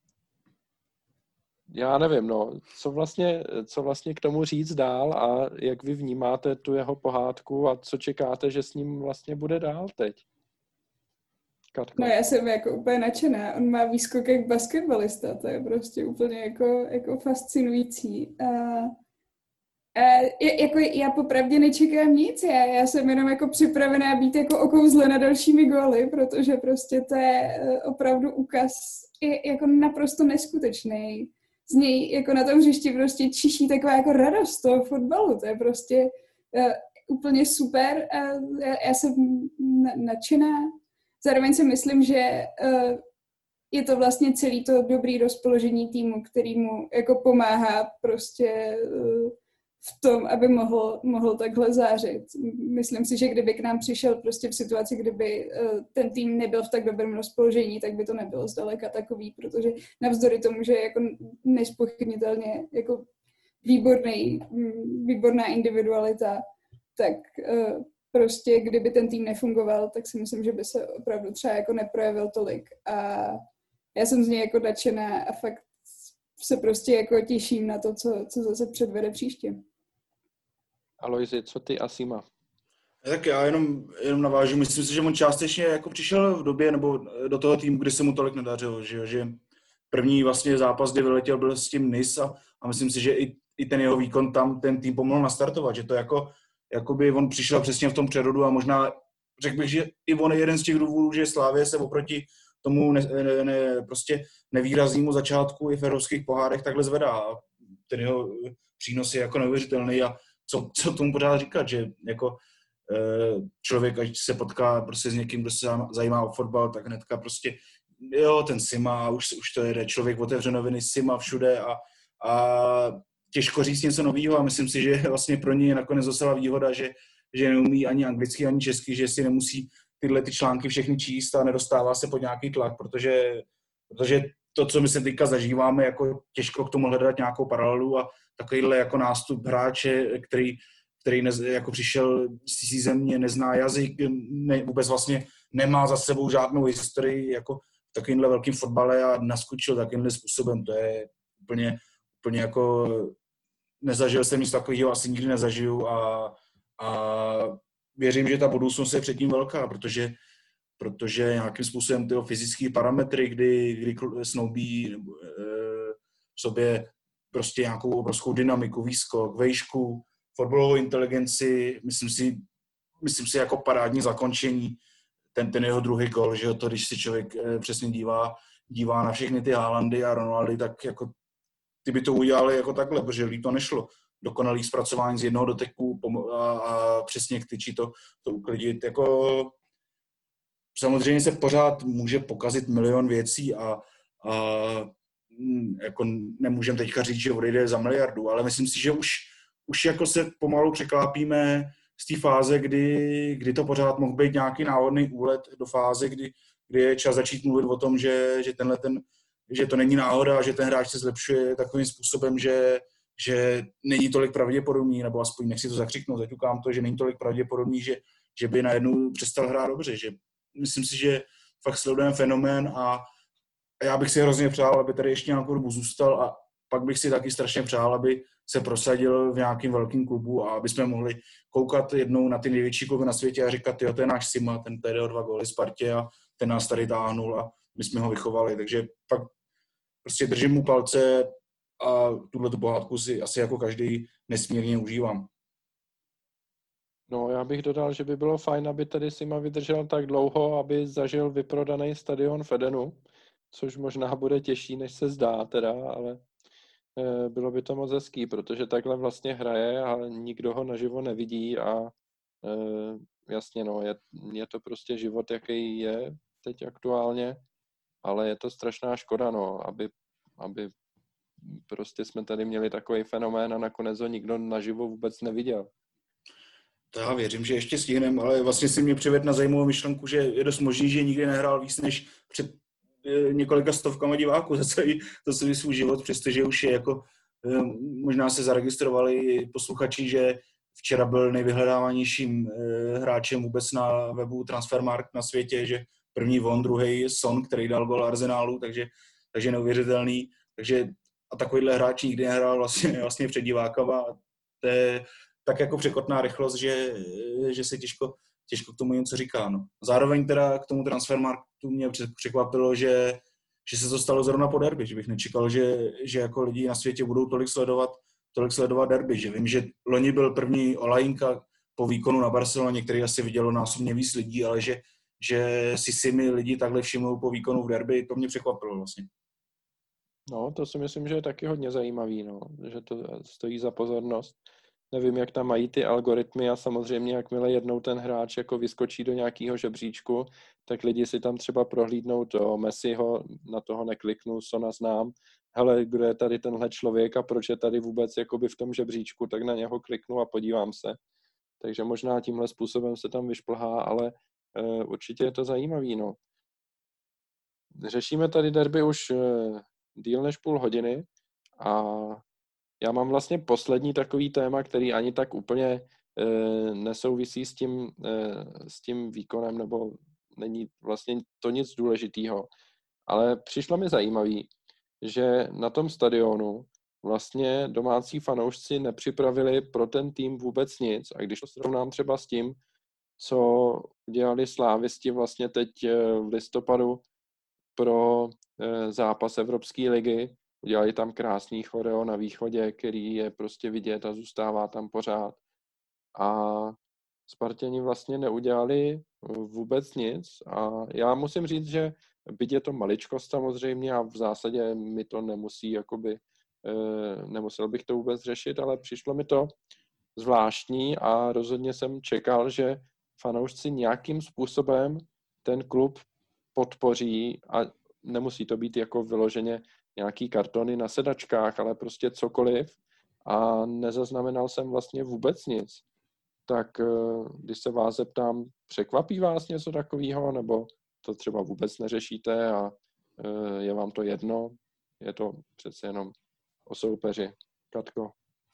Já nevím, no, co vlastně k tomu říct dál a jak vy vnímáte tu jeho pohádku a co čekáte, že s ním vlastně bude dál teď? Katko. No já jsem jako úplně nadšená. On má výskok jak basketbalista, to je prostě úplně jako fascinující. Jako já popravdě nečekám nic, já jsem jenom jako připravená být jako okouzlena dalšími góly, protože prostě to je opravdu úkaz jako naprosto neskutečný. Z něj jako na tom hřišti prostě čiší taková jako radost toho fotbalu, to je prostě úplně super a já jsem nadšená. Zároveň si myslím, že je to vlastně celý to dobrý rozpoložení týmu, který mu jako pomáhá prostě v tom, aby mohl takhle zářit. Myslím si, že kdyby k nám přišel prostě v situaci, kdyby ten tým nebyl v tak dobrém rozpoložení, tak by to nebylo zdaleka takový, protože navzdory tomu, že je jako nezpochybnitelně jako výborná individualita, tak prostě kdyby ten tým nefungoval, tak si myslím, že by se opravdu třeba jako neprojevil tolik. A já jsem z něj jako nadšená a fakt se prostě jako těším na to, co zase předvede příště. Alojzi, co ty a Sima? Tak já jenom navážu, myslím si, že on částečně jako přišel v době, nebo do toho týmu, kdy se mu tolik nedařilo, že první vlastně zápas, kdy vyletěl, byl s tím Nice a myslím si, že i ten jeho výkon tam ten tým pomohl nastartovat, že to jakoby on přišel přesně v tom přerodu a možná řekl bych, že i on je jeden z těch důvodů, že Slavie se oproti tomu prostě nevýraznému začátku i v evropských pohárech takhle zvedá. Ten jeho přínos je jako neuvěřitelný a co tomu pořád říkat, že jako člověk, až se potká prostě s někým, kdo se zajímá o fotbal, tak hnedka prostě jo, ten Sima, už to jede, člověk otevře noviny, Sima všude a těžko říct něco nového a myslím si, že vlastně pro ně je nakonec docela výhoda, že neumí ani anglicky, ani česky, že si nemusí tyhle ty články všechny číst a nedostává se pod nějaký tlak, protože to, co my se teďka zažíváme, jako těžko k tomu hledat nějakou paralelu a takovýhle jako nástup hráče, který jako přišel z cizí země, nezná jazyk, vůbec vlastně nemá za sebou žádnou historii jako v takovýmhle velkým fotbale a naskočil takovýmhle způsobem. To je úplně jako nezažil jsem nic takového, asi nikdy nezažiju a věřím, že ta budoucnost je předtím velká, protože nějakým způsobem tyho fyzické parametry, kdy snoubí v sobě prostě nějakou obrovskou dynamiku, výskok, vejšku, fotbalovou inteligenci, myslím si jako parádní zakončení, ten jeho druhý gol, že to, když si člověk přesně dívá na všechny ty Haalandy a Ronaldy, tak jako ty by to udělali jako takhle, protože líp to nešlo. Dokonalý zpracování z jednoho doteku a přesně k tyči to uklidit. Jako, samozřejmě se pořád může pokazit milion věcí a jako nemůžeme teďka říct, že odejde za miliardu, ale myslím si, že už jako se pomalu překlápíme z té fáze, kdy to pořád mohl být nějaký náhodný úlet do fáze, kdy je čas začít mluvit o tom, že to není náhoda, že ten hráč se zlepšuje takovým způsobem, že není tolik pravděpodobný, nebo aspoň nechci to zakřiknout, zaťukám to, že není tolik pravděpodobný, že by najednou přestal hrát dobře. Že myslím si, že fakt sledujeme fenomén a já bych si hrozně přál, aby tady ještě nějakou dobu zůstal a pak bych si taky strašně přál, aby se prosadil v nějakým velkým klubu a aby jsme mohli koukat jednou na ty největší kluby na světě a říkat, jo, to je náš Sima, ten tady o 2 góly Spartě a ten nás tady táhnul a my jsme ho vychovali. Takže pak prostě držím mu palce a tuhletu pohádku si asi jako každý nesmírně užívám. No, já bych dodal, že by bylo fajn, aby tady Sima vydržel tak dlouho, aby zažil vyprodaný stadion v Edenu, což možná bude těžší, než se zdá teda, ale bylo by to moc hezký, protože takhle vlastně hraje a nikdo ho naživo nevidí a jasně, no, je to prostě život, jaký je teď aktuálně, ale je to strašná škoda, no, aby prostě jsme tady měli takový fenomén a nakonec ho nikdo naživo vůbec neviděl. To já věřím, že ještě stihneme, ale vlastně si mě přivedl na zajímavou myšlenku, že je dost možný, že nikdy nehrál víc než před několika stovkama diváků za celý svůj život, přestože už je jako, možná se zaregistrovali posluchači, že včera byl nejvyhledávanějším hráčem vůbec na webu Transfermarkt na světě, že první on, druhý Son, který dal gol Arsenálu, takže neuvěřitelný. Takže a takovýhle hráč nikdy nehrál vlastně před divákama. To je tak jako překotná rychlost, že se těžko k tomu něco říká. No. Zároveň teda k tomu Transfermarktu mě překvapilo, že se to stalo zrovna po derby, že bych nečekal, že jako lidi na světě budou tolik sledovat derby, že vím, že loni byl první Olajinka po výkonu na Barceloně, který asi vidělo násobně víc lidí, ale že si mi lidi takhle všimnou po výkonu v derby, to mě překvapilo vlastně. No, to si myslím, že je taky hodně zajímavý, no, že to stojí za pozornost. Nevím, jak tam mají ty algoritmy a samozřejmě, jakmile jednou ten hráč jako vyskočí do nějakého žebříčku, tak lidi si tam třeba prohlídnou to Messiho, na toho nekliknu, Sona znám, hele, kdo je tady tenhle člověk a proč je tady vůbec jakoby v tom žebříčku, tak na něho kliknu a podívám se. Takže možná tímhle způsobem se tam vyšplhá, ale určitě je to zajímavý, no. Řešíme tady derby už díl než půl hodiny a já mám vlastně poslední takový téma, který ani tak úplně nesouvisí s tím výkonem, nebo není vlastně to nic důležitého. Ale přišlo mi zajímavý, že na tom stadionu vlastně domácí fanoušci nepřipravili pro ten tým vůbec nic. A když to srovnám třeba s tím, co udělali slávisti vlastně teď v listopadu pro zápas Evropské ligy. Udělali tam krásný choreo na východě, který je prostě vidět a zůstává tam pořád. A Spartěni vlastně neudělali vůbec nic. A já musím říct, že byť je to maličkost samozřejmě a v zásadě mi to nemusí, jakoby, nemusel bych to vůbec řešit, ale přišlo mi to zvláštní a rozhodně jsem čekal, že fanoušci nějakým způsobem ten klub podpoří a nemusí to být jako vyloženě nějaký kartony na sedačkách, ale prostě cokoliv a nezaznamenal jsem vlastně vůbec nic. Tak když se vás zeptám, překvapí vás něco takového, nebo to třeba vůbec neřešíte a je vám to jedno? Je to přece jenom o soupeři. Katko?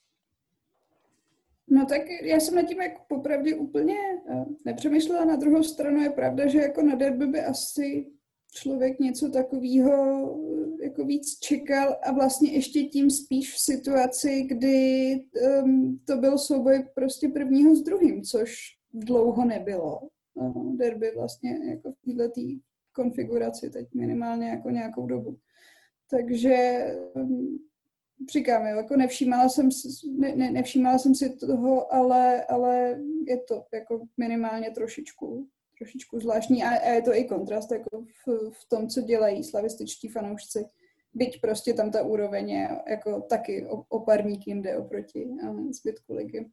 No tak já jsem nad tím jako popravdě úplně nepřemýšlela. Na druhou stranu je pravda, že jako na derby by asi člověk něco takového jako víc čekal a vlastně ještě tím spíš v situaci, kdy to byl souboj prostě prvního s druhým, což dlouho nebylo. Derby vlastně jako v této konfiguraci teď minimálně jako nějakou dobu. Takže říkám, jako nevšímala jsem si toho, ale je to jako minimálně trošičku zvláštní a je to i kontrast jako v tom, co dělají slavističtí fanoušci. Byť prostě tam ta úroveň je jako taky o parník jinde oproti zbytku ligy.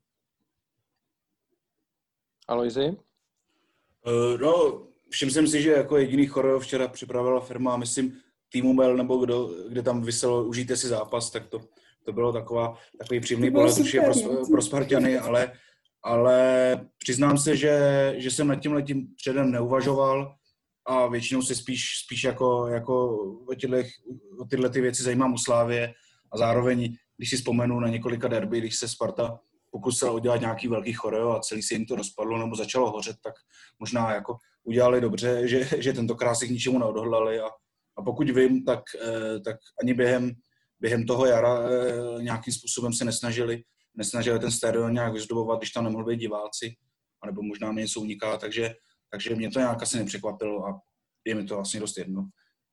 Alojzi? No, všiml jsem si, že jako jediný choreo včera připravila firma, myslím, T-Mobile, nebo kde tam vyselo užijte si zápas, tak to bylo takový příjemný pohled určitě pro Spartany, ale přiznám se, že jsem nad tímhletím předem neuvažoval a většinou se spíš jako o tyhle ty věci zajímám u Slávie a zároveň, když si vzpomenu na několika derby, když se Sparta pokusila udělat nějaký velký choreo a celý se jim to rozpadlo nebo začalo hořet, tak možná jako udělali dobře, že tentokrát se k ničemu neodhodlali a pokud vím, tak ani během toho jara nějakým způsobem se nesnažili ten stadion nějak vyzdobovat, když tam nemohli být diváci, anebo možná mě něco uniká, takže mě to nějak asi nepřekvapilo a je mi to vlastně dost jedno.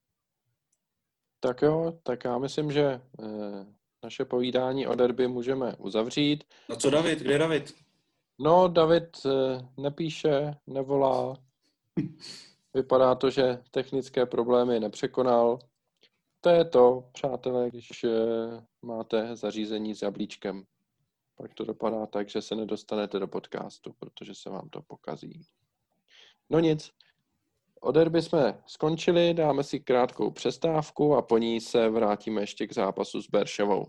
Tak jo, tak já myslím, že naše povídání o derby můžeme uzavřít. No co David? Kde je David? No, David nepíše, nevolá. Vypadá to, že technické problémy nepřekonal. To je to, přátelé, když máte zařízení s jablíčkem. Pak to dopadá tak, že se nedostanete do podcastu, protože se vám to pokazí. No nic, o derby jsme skončili, dáme si krátkou přestávku a po ní se vrátíme ještě k zápasu s Berševou.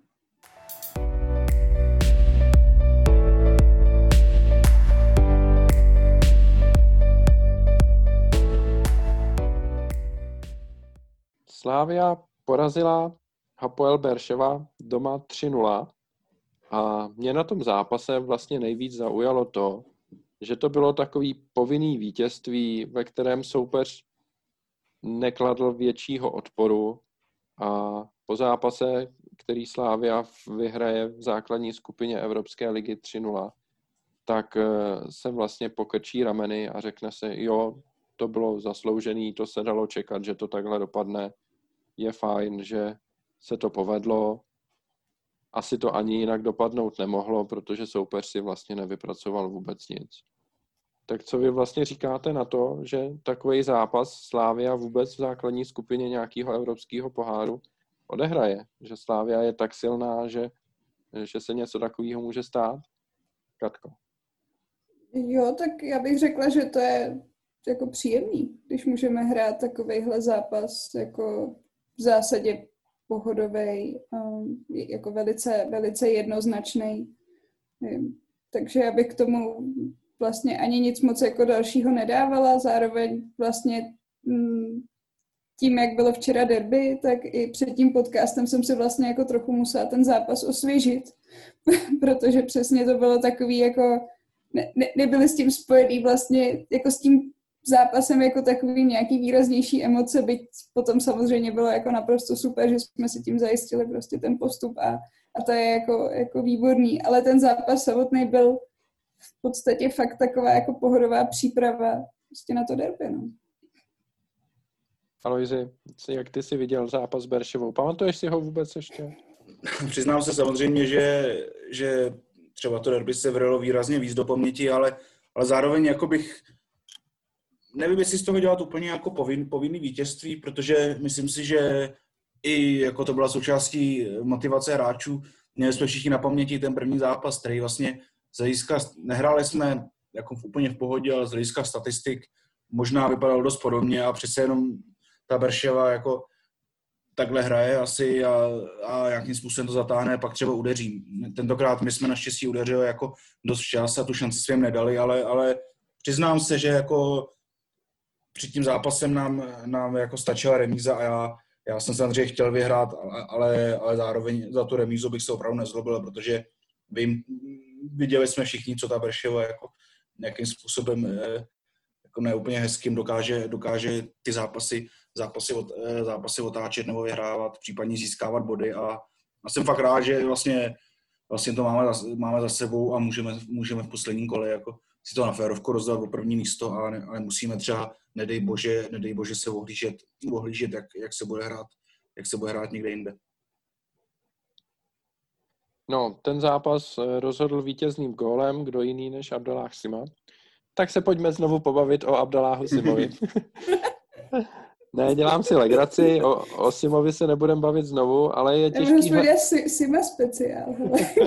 Slavia porazila Hapoel Berševa doma 3-0 a mě na tom zápase vlastně nejvíc zaujalo to, že to bylo takový povinný vítězství, ve kterém soupeř nekladl většího odporu a po zápase, který Slavia vyhraje v základní skupině Evropské ligy 3-0, tak se vlastně pokrčí rameny a řekne se, jo, to bylo zasloužený, to se dalo čekat, že to takhle dopadne. Je fajn, že se to povedlo. Asi to ani jinak dopadnout nemohlo, protože soupeř si vlastně nevypracoval vůbec nic. Tak co vy vlastně říkáte na to, že takový zápas Slavia vůbec v základní skupině nějakého evropského poháru odehraje? Že Slavia je tak silná, že se něco takového může stát? Katko. Jo, tak já bych řekla, že to je jako příjemný, když můžeme hrát takovejhle zápas jako v zásadě pohodovej, jako velice jednoznačný. Takže já bych k tomu vlastně ani nic moc jako dalšího nedávala, zároveň vlastně tím, jak bylo včera derby, tak i před tím podcastem jsem si vlastně jako trochu musela ten zápas osvěžit, protože přesně to bylo takový jako, nebyly s tím spojený vlastně jako s tím zápasem jako takový nějaký výraznější emoce, byť potom samozřejmě bylo jako naprosto super, že jsme si tím zajistili prostě ten postup a to je jako výborný, ale ten zápas samotný byl v podstatě fakt taková jako pohodová příprava prostě na to derby, no. Alojzi, jak ty jsi viděl zápas s Berševou? Pamatuješ si ho vůbec ještě? Přiznám se samozřejmě, že třeba to derby se vrelo výrazně víc do paměti, ale zároveň jako bych, nevím, jestli z toho dělat úplně jako povinný vítězství, protože myslím si, že i jako to byla součástí motivace hráčů, měli jsme všichni na paměti ten první zápas, který vlastně z hlediska, nehráli jsme jako úplně v pohodě, ale z hlediska statistik možná vypadal dost podobně a přece jenom ta Berševa jako takhle hraje asi a jakým způsobem to zatáhne, pak třeba udeří. Tentokrát my jsme naštěstí udeřili jako dost včas a tu šanci svým nedali, ale přiznám se, že jako před tím zápasem nám jako stačila remíza a já jsem samozřejmě chtěl vyhrát, ale zároveň za tu remízu bych se opravdu nezlobil, protože viděli jsme všichni, co ta Berševa jako nějakým způsobem jako neúplně hezkým dokáže ty zápasy otáčet nebo vyhrávat, případně získávat body a jsem fakt rád, že vlastně to máme za sebou a můžeme v posledním kole jako si to na férovku rozdat o první místo a nemusíme třeba, nedej bože se ohlížet jak se bude hrát někde jinde. No, ten zápas rozhodl vítězným gólem, kdo jiný než Abdallah Sima. Tak se pojďme znovu pobavit o Abdalláhu Simovi. Ne, dělám si legraci, o Simovi se nebudem bavit znovu, ale je těžký... Sima speciál.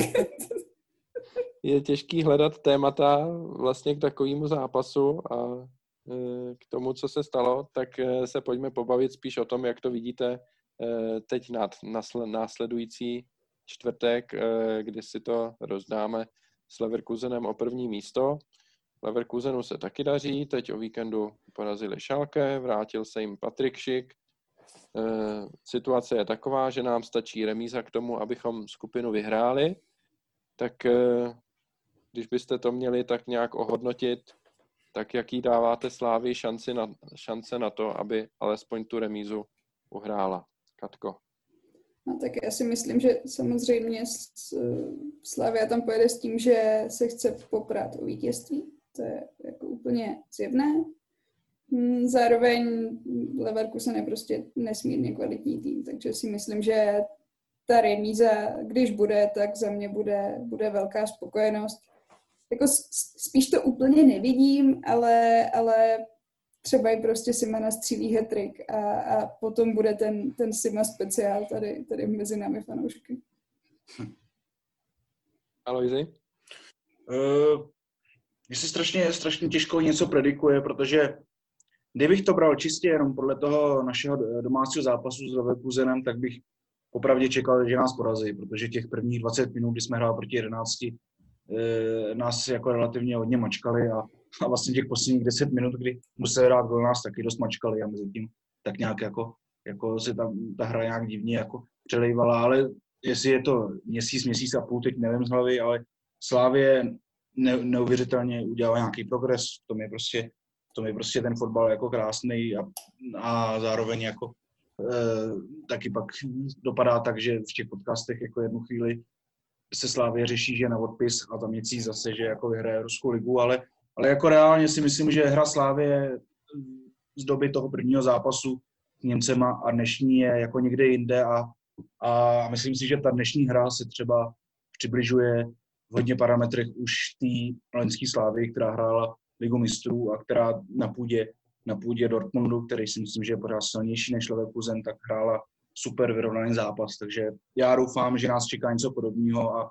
Je těžký hledat témata vlastně k takovému zápasu a k tomu, co se stalo, tak se pojďme pobavit spíš o tom, jak to vidíte teď následující čtvrtek, kdy si to rozdáme s Leverkusenem o první místo. Leverkusenu se taky daří, teď o víkendu porazili Schalke, vrátil se jim Patrik Schick. Situace je taková, že nám stačí remíza k tomu, abychom skupinu vyhráli. Tak když byste to měli tak nějak ohodnotit, tak jaký dáváte Slávii šance na to, aby alespoň tu remízu uhrála? Katko. No tak já si myslím, že samozřejmě Slavia tam pojede s tím, že se chce poprat o vítězství. To je jako úplně zjevné. Zároveň Leverkusen je prostě nesmírně kvalitní tým, takže si myslím, že ta remíza, když bude, tak za mě bude velká spokojenost. Jako spíš to úplně nevidím, ale třeba i prostě Sima nastřílí hat-trick a potom bude ten Sima speciál tady mezi námi fanoušky. Alojzi? Mně se strašně těžko něco predikuje, protože kdybych to bral čistě jenom podle toho našeho domácího zápasu s Leverkusenem, tak bych popravdě čekal, že nás porazí, protože těch prvních 20 minut, kdy jsme hráli proti 11, nás jako relativně hodně mačkali a vlastně těch posledních 10 minut, kdy museli hrát gol, nás taky dost mačkali a mezi tím tak nějak jako se tam ta hra nějak divně jako přelejvala, ale jestli je to měsíc a půl, teď nevím z hlavy, ale Slavie neuvěřitelně udělala nějaký progres, to je prostě ten fotbal jako krásný a zároveň jako taky pak dopadá tak, že v těch podcastech jako jednu chvíli se Slavie řeší, že na odpis a tam měsíc zase, že jako vyhraje Ruskou ligu, ale jako reálně si myslím, že hra Slavie z doby toho prvního zápasu s Němcema a dnešní je jako někde jinde a myslím si, že ta dnešní hra se třeba přibližuje v hodně parametrech už té loňské Slavii, která hrála Ligu mistrů a která na půdě Dortmundu, který si myslím, že je pořád silnější než Leverkusen, tak hrála super vyrovnaný zápas. Takže já doufám, že nás čeká něco podobného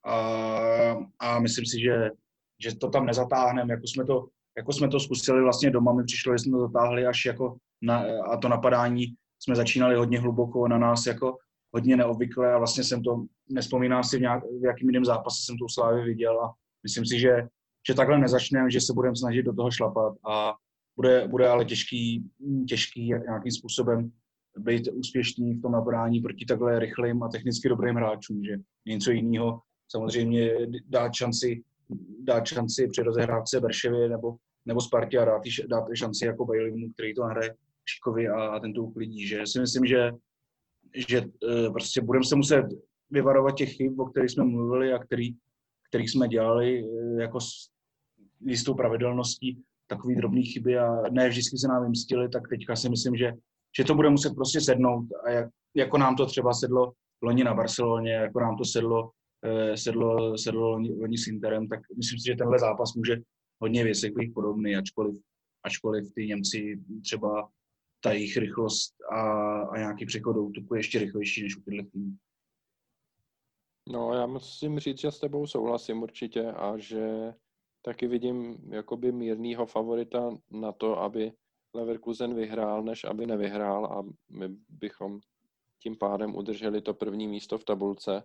a myslím si, že to tam nezatáhneme, jako jsme to zkusili vlastně doma, mi přišlo, že jsme to zatáhli až jako a to napadání jsme začínali hodně hluboko, na nás jako hodně neobvykle a vlastně nespomínám si v jakým jiném zápase jsem tu Slávy viděl a myslím si, že takhle nezačneme, že se budeme snažit do toho šlapat a bude ale těžký nějakým způsobem být úspěšný v tom napadání proti takhle rychlým a technicky dobrým hráčům, že něco jiného samozřejmě dát šanci při rozehrávce Berševě nebo Spartě a dát šanci jako Bejlimu, který to nahraje Šikovi a ten to uklidí, že si myslím, že prostě budeme se muset vyvarovat těch chyb, o kterých jsme mluvili a který jsme dělali jako s jistou pravidelností, takový drobný chyby a ne vždycky se nám vymstily, tak teďka si myslím, že to bude muset prostě sednout a jako nám to třeba sedlo loni na Barceloně, jako nám to sedlo loni s Interem, tak myslím si, že tenhle zápas může hodně věcí podobný, ačkoliv ty Němci třeba ta jejich rychlost a nějaký přechod do útoku je ještě rychlejší než u těchto týmů. No, já musím říct, že s tebou souhlasím určitě a že taky vidím jakoby mírnýho favorita na to, aby Leverkusen vyhrál, než aby nevyhrál a my bychom tím pádem udrželi to první místo v tabulce.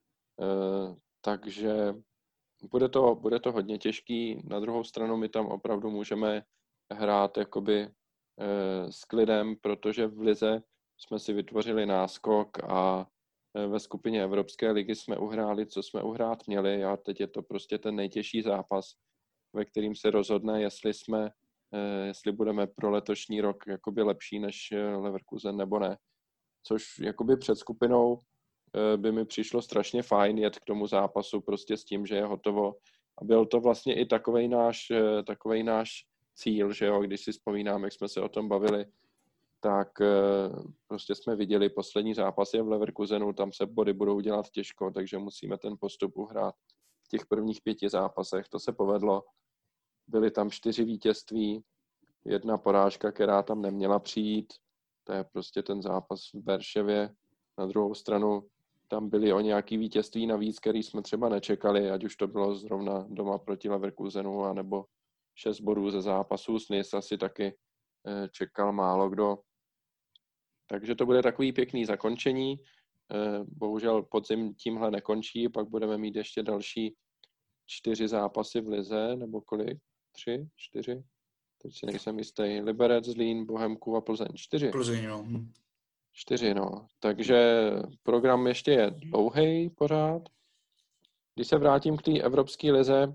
Takže bude to hodně těžký. Na druhou stranu my tam opravdu můžeme hrát jakoby s klidem, protože v lize jsme si vytvořili náskok a ve skupině Evropské ligy jsme uhráli, co jsme uhrát měli a teď je to prostě ten nejtěžší zápas, ve kterým se rozhodne, jestli budeme pro letošní rok jakoby lepší než Leverkusen nebo ne. Což jakoby před skupinou by mi přišlo strašně fajn jet k tomu zápasu prostě s tím, že je hotovo. A byl to vlastně i takovej náš cíl, že jo, když si vzpomínám, jak jsme se o tom bavili, tak prostě jsme viděli poslední zápasy v Leverkusenu, tam se body budou dělat těžko, takže musíme ten postup uhrát v těch prvních 5 zápasech. To se povedlo. Byly tam 4 vítězství, 1 porážka, která tam neměla přijít. To je prostě ten zápas v Berševě. Na druhou stranu tam byly o nějaký vítězství navíc, který jsme třeba nečekali, ať už to bylo zrovna doma proti Leverkusenu, anebo 6 bodů ze zápasů s Nice asi taky čekal málo kdo. Takže to bude takový pěkný zakončení. Bohužel podzim tímhle nekončí, pak budeme mít ještě další 4 zápasy v lize, nebo kolik? 3? 4? Teď si nejsem jistý. Liberec, Zlín, Bohemku a Plzeň. 4. Plzeň, no. 4, no. Takže program ještě je dlouhý pořád. Když se vrátím k té evropské lize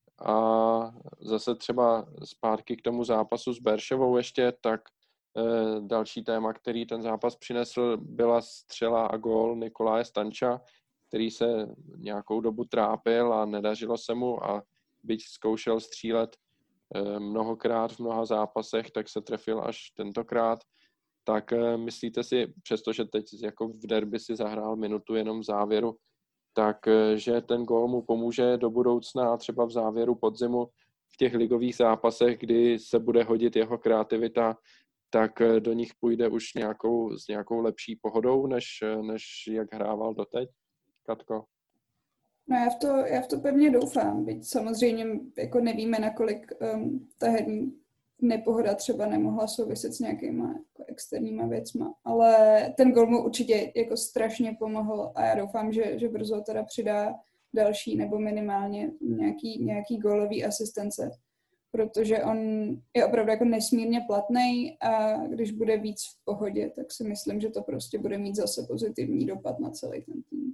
a zase třeba zpátky k tomu zápasu s Berševou ještě, tak další téma, který ten zápas přinesl, byla střela a gól Nikolaje Stanča, který se nějakou dobu trápil a nedařilo se mu a byť zkoušel střílet mnohokrát v mnoha zápasech, tak se trefil až tentokrát. Tak myslíte si, přestože teď jako v derby si zahrál minutu jenom v závěru, tak že ten gól mu pomůže do budoucna třeba v závěru podzimu v těch ligových zápasech, kdy se bude hodit jeho kreativita, tak do nich půjde už s nějakou lepší pohodou, než jak hrával doteď? Katko? No já v to pevně doufám, byť samozřejmě jako nevíme, nakolik ta herní nepohoda třeba nemohla souviset s nějakýma jako externíma věcma, ale ten gól mu určitě jako strašně pomohl a já doufám, že brzo teda přidá další nebo minimálně nějaký gólový asistence, protože on je opravdu jako nesmírně platný a když bude víc v pohodě, tak si myslím, že to prostě bude mít zase pozitivní dopad na celý ten tým.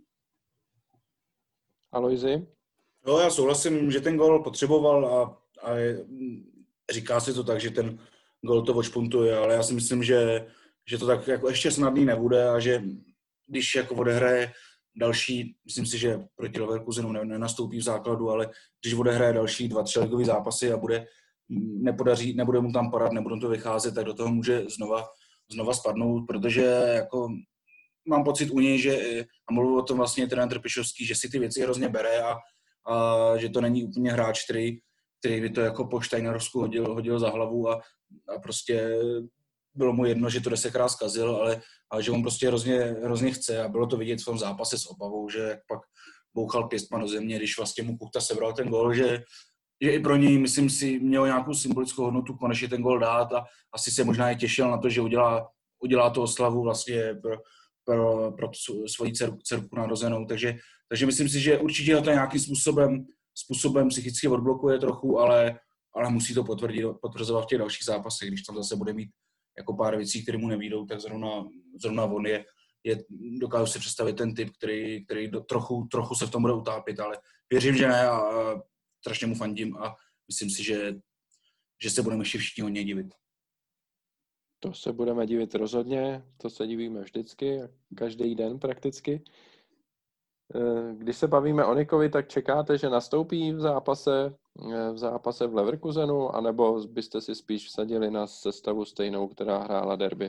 Alojzi? Jo, já souhlasím, že ten gól potřeboval a říká se to tak, že ten gól to odšpuntuje, ale já si myslím, že to tak jako ještě snadný nebude a že když jako odehraje další, myslím si, že proti Leverkusenu nenastoupí v základu, ale když odehraje další 2-3 ligový zápasy a nebude mu tam padat, nebudou to vycházet, tak do toho může znova spadnout, protože jako mám pocit u něj, že, a mluvil o tom vlastně trenér Trpišovský, že si ty věci hrozně bere a že to není úplně hráč, který by to jako po Steinerovsku hodil za hlavu a prostě bylo mu jedno, že to 10krát zkazil, ale že on prostě hrozně chce a bylo to vidět v tom zápase s Opavou, že jak pak bouchal pěstma do země, když vlastně mu Kuchta sebral ten gól, že i pro něj, myslím si, měl nějakou symbolickou hodnotu konečně ten gól dát a asi se možná i těšil na to, že udělá tu oslavu vlastně pro svoji dcerku narozenou, takže myslím si, že určitě ho to nějakým způsobem psychicky odblokuje trochu, ale musí to potvrzovat v těch dalších zápasech, když tam zase bude mít jako pár věcí, které mu nevídou, tak zrovna on dokážu si představit ten typ, který trochu se v tom bude utápět, ale věřím, že ne a strašně mu fandím a myslím si, že se budeme ještě všichni hodně divit. To se budeme divit rozhodně, to se divíme vždycky, každý den prakticky. když se bavíme o Nikovi, tak čekáte, že nastoupí v zápase v Leverkusenu, anebo byste si spíš vsadili na sestavu stejnou, která hrála derby?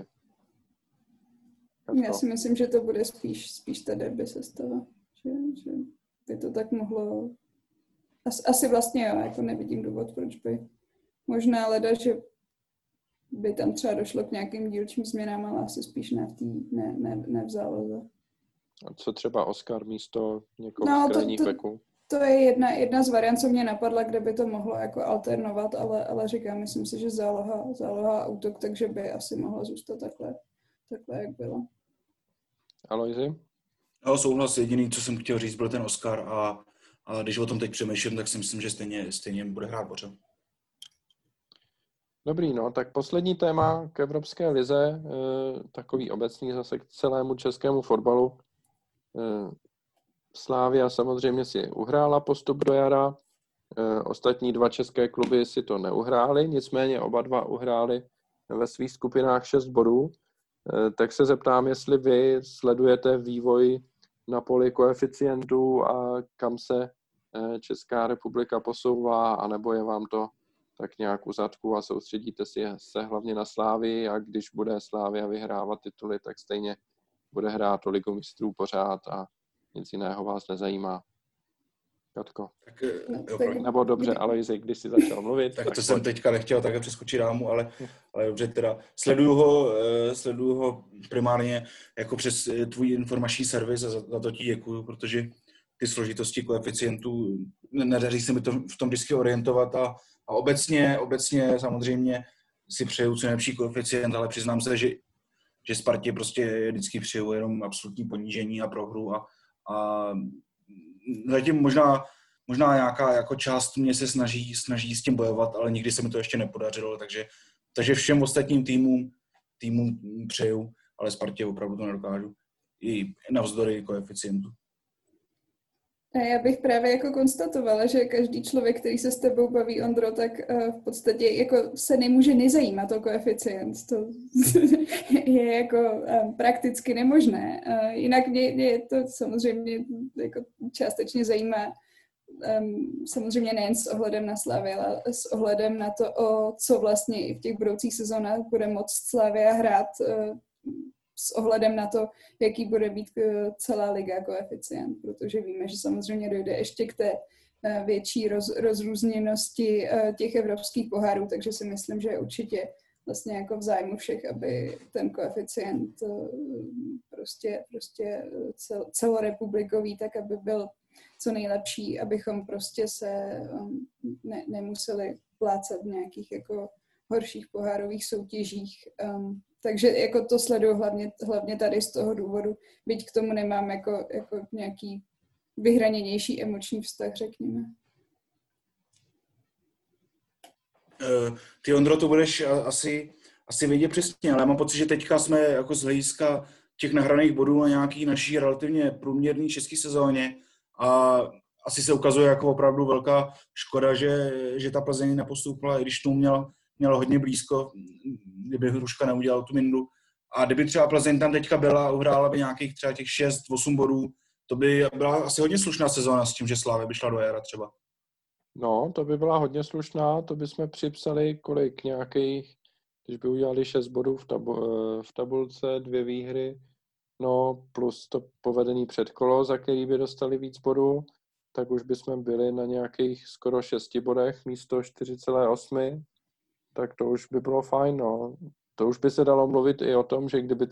Já si myslím, že to bude spíš ta derby sestava. Že by to tak mohlo... Asi vlastně jo, jako nevidím důvod, proč by možná leda, že by tam třeba došlo k nějakým dílčím změnám, ale asi spíš ne v záloze. A co třeba Oskar místo někoho z krajních beků? To je jedna z variant, co mě napadla, kde by to mohlo jako alternovat, ale říkám, myslím si, že záloha a útok, takže by asi mohla zůstat takhle jak bylo. Alojzi? No, souhlas, jediný, co jsem chtěl říct, byl ten Oskar a když o tom teď přemýšlím, tak si myslím, že stejně bude hrát pořád. Dobrý, no, tak poslední téma k Evropské lize, takový obecný zase k celému českému fotbalu. Slavia samozřejmě si uhrála postup do jara, ostatní 2 české kluby si to neuhrály, nicméně oba 2 uhráli ve svých skupinách 6 bodů. Tak se zeptám, jestli vy sledujete vývoj na poli koeficientů a kam se Česká republika posouvá, anebo je vám to tak nějak u zadku a soustředíte se hlavně na Slavii a když bude Slavia vyhrávat tituly, tak stejně bude hrát o Ligu mistrů pořád a nic jiného vás nezajímá. Katko. Nebo dobře, Alojzi, když jsi začal mluvit. Tak to jsem teďka nechtěl takhle přeskočit rámu, ale dobře teda. Sleduju ho primárně jako přes tvůj informační servis a za to ti děkuju, protože ty složitosti koeficientů nedaří se mi to v tom vždycky orientovat a obecně samozřejmě si přeju co nejlepší koeficient, ale přiznám se, že Spartě prostě vždycky přeju jenom absolutní ponížení a prohru a zatím možná nějaká jako část mě se snaží s tím bojovat, ale nikdy se mi to ještě nepodařilo, takže všem ostatním týmům přeju, ale Spartě opravdu to nedokážu. I navzdory koeficientu. A já bych právě jako konstatovala, že každý člověk, který se s tebou baví, Ondro, tak v podstatě jako se nemůže nezajímat o koeficient. To je jako prakticky nemožné. Jinak mě to samozřejmě jako částečně zajímá, samozřejmě nejen s ohledem na Slavii, ale s ohledem na to, co vlastně i v těch budoucích sezónách bude moct Slavia hrát, s ohledem na to, jaký bude být celá liga koeficient, protože víme, že samozřejmě dojde ještě k té větší rozrůzněnosti těch evropských pohárů, takže si myslím, že je určitě vlastně jako v zájmu všech, aby ten koeficient prostě celorepublikový, tak aby byl co nejlepší, abychom prostě se nemuseli plácat v nějakých jako horších pohárových soutěžích. Takže jako to sleduju hlavně tady z toho důvodu, byť k tomu nemám jako nějaký vyhraněnější emoční vztah, řekněme. Ty, Ondro, to budeš asi vědět přesně, ale já mám pocit, že teďka jsme jako z hlediska těch nahraných bodů na nějaký naší relativně průměrný český sezóně a asi se ukazuje jako opravdu velká škoda, že ta Plzeň nepostoupila, i když tomu měl hodně blízko, kdyby Hruška neudělal tu mindu. A kdyby třeba Plzeň tam teďka byla a uhrála by nějakých třeba těch 6-8 bodů, to by byla asi hodně slušná sezóna s tím, že Slavia by šla do jara třeba. No, to by byla hodně slušná, to bychom připsali kolik nějakých, když by udělali 6 bodů v tabulce, 2 výhry, no plus to povedený předkolo, za který by dostali víc bodů, tak už bychom byli na nějakých skoro 6 bodech místo 4,8, tak to už by bylo fajn, no. To už by se dalo mluvit i o tom, že kdyby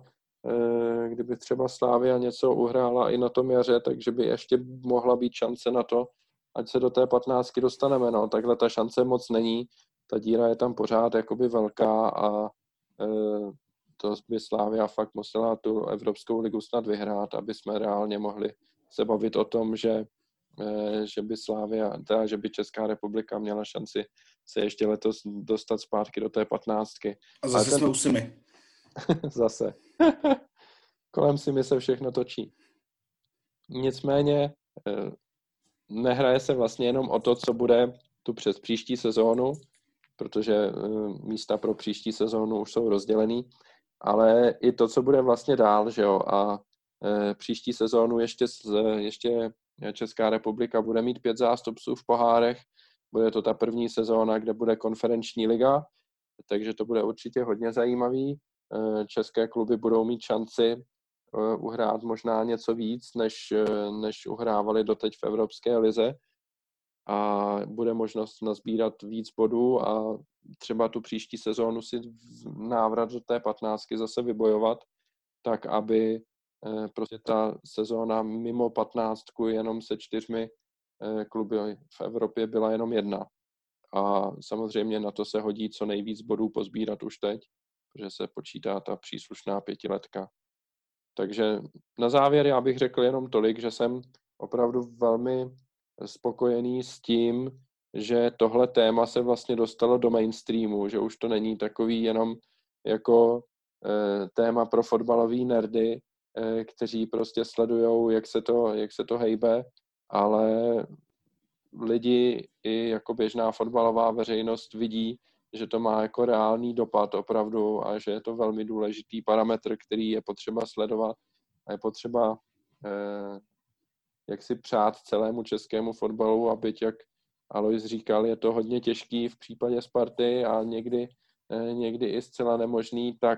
třeba Slavia něco uhrála i na tom jaře, takže by ještě mohla být šance na to, ať se do té 15 dostaneme, no. Takhle ta šance moc není, ta díra je tam pořád jakoby velká a to by Slavia fakt musela tu Evropskou ligu snad vyhrát, aby jsme reálně mohli se bavit o tom, že by že by Česká republika měla šanci se ještě letos dostat zpátky do té 15. A zase jsme u Simi. Zase. Kolem Simi se všechno točí. Nicméně nehraje se vlastně jenom o to, co bude tu přes příští sezónu, protože místa pro příští sezónu už jsou rozdělený, ale i to, co bude vlastně dál, že jo, a příští sezónu ještě Česká republika bude mít 5 zástupců v pohárech. Bude to ta první sezóna, kde bude konferenční liga, takže to bude určitě hodně zajímavý. České kluby budou mít šanci uhrát možná něco víc, než uhrávali doteď v Evropské lize. A bude možnost nazbírat víc bodů a třeba tu příští sezónu si návrat do té 15 zase vybojovat, tak aby prostě ta sezóna mimo 15 jenom se 4 kluby v Evropě byla jenom jedna. A samozřejmě na to se hodí co nejvíc bodů pozbírat už teď, protože se počítá ta příslušná 5letka. Takže na závěr já bych řekl jenom tolik, že jsem opravdu velmi spokojený s tím, že tohle téma se vlastně dostalo do mainstreamu, že už to není takový jenom jako téma pro fotbalový nerdy, kteří prostě sledujou, jak se to hejbe, ale lidi i jako běžná fotbalová veřejnost vidí, že to má jako reálný dopad opravdu a že je to velmi důležitý parametr, který je potřeba sledovat a je potřeba jak si přát celému českému fotbalu, a byť, jak Alois říkal, je to hodně těžký v případě Sparty a někdy i zcela nemožný, tak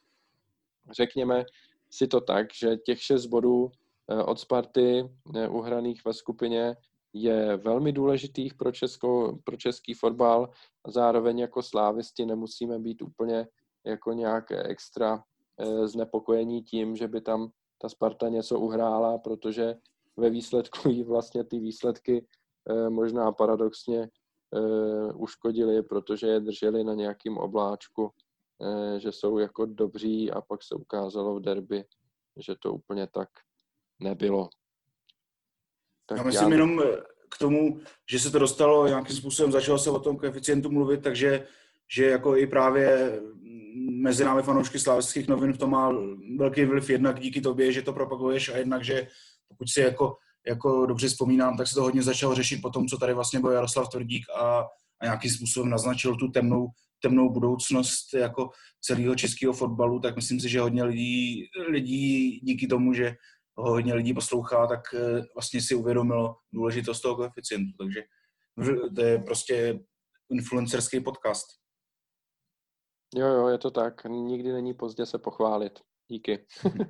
řekněme si to tak, že těch 6 bodů od Sparty uhraných ve skupině je velmi důležitých pro český fotbal a zároveň jako slávisti nemusíme být úplně jako nějak extra znepokojení tím, že by tam ta Sparta něco uhrála, protože ve výsledku jí vlastně ty výsledky možná paradoxně uškodily, protože je drželi na nějakým obláčku, že jsou jako dobří a pak se ukázalo v derby, že to úplně tak nebylo. Tak já myslím jenom k tomu, že se to dostalo nějakým způsobem, začalo se o tom koeficientu mluvit, takže že jako i právě mezi námi fanoušky Slavických novin v tom má velký vliv jednak díky tobě, že to propaguješ, a jednak, že pokud si jako dobře vzpomínám, tak se to hodně začalo řešit po tom, co tady vlastně byl Jaroslav Tvrdík a nějakým způsobem naznačil tu temnou budoucnost jako celého českého fotbalu, tak myslím si, že hodně lidí díky tomu, že ho hodně lidí poslouchá, tak vlastně si uvědomilo důležitost toho koeficientu, takže to je prostě influencerský podcast. Jo, je to tak. Nikdy není pozdě se pochválit. Díky.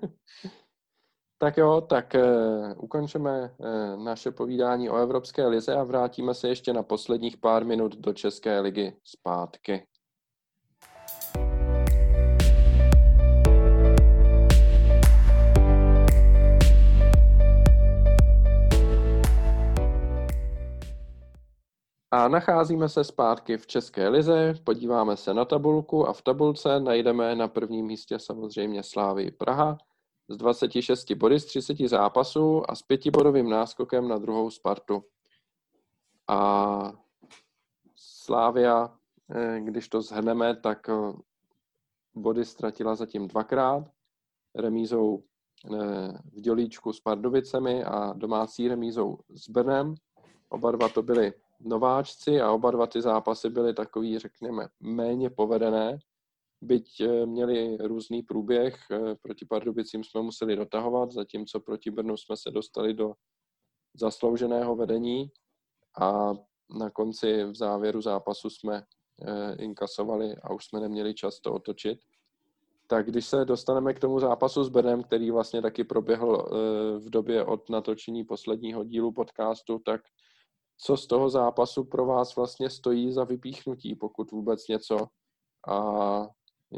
Tak jo, tak ukončíme naše povídání o Evropské lize a vrátíme se ještě na posledních pár minut do České ligy zpátky. A nacházíme se zpátky v České lize, podíváme se na tabulku a v tabulce najdeme na prvním místě samozřejmě Slávii Praha s 26 body z 30 zápasů a s 5bodovým náskokem na druhou Spartu. A Slavia, když to shrneme, tak body ztratila zatím 2krát, remízou v Dělíčku s Pardubicemi a domácí remízou s Brnem. Oba dva to byly nováčci a oba dva ty zápasy byly takový, řekněme, méně povedené, byť měli různý průběh. Proti Pardubicím jsme museli dotahovat, zatímco proti Brnu jsme se dostali do zaslouženého vedení a na konci v závěru zápasu jsme inkasovali a už jsme neměli čas to otočit. Tak když se dostaneme k tomu zápasu s Brnem, který vlastně taky proběhl v době od natočení posledního dílu podcastu, tak co z toho zápasu pro vás vlastně stojí za vypíchnutí, pokud vůbec něco? A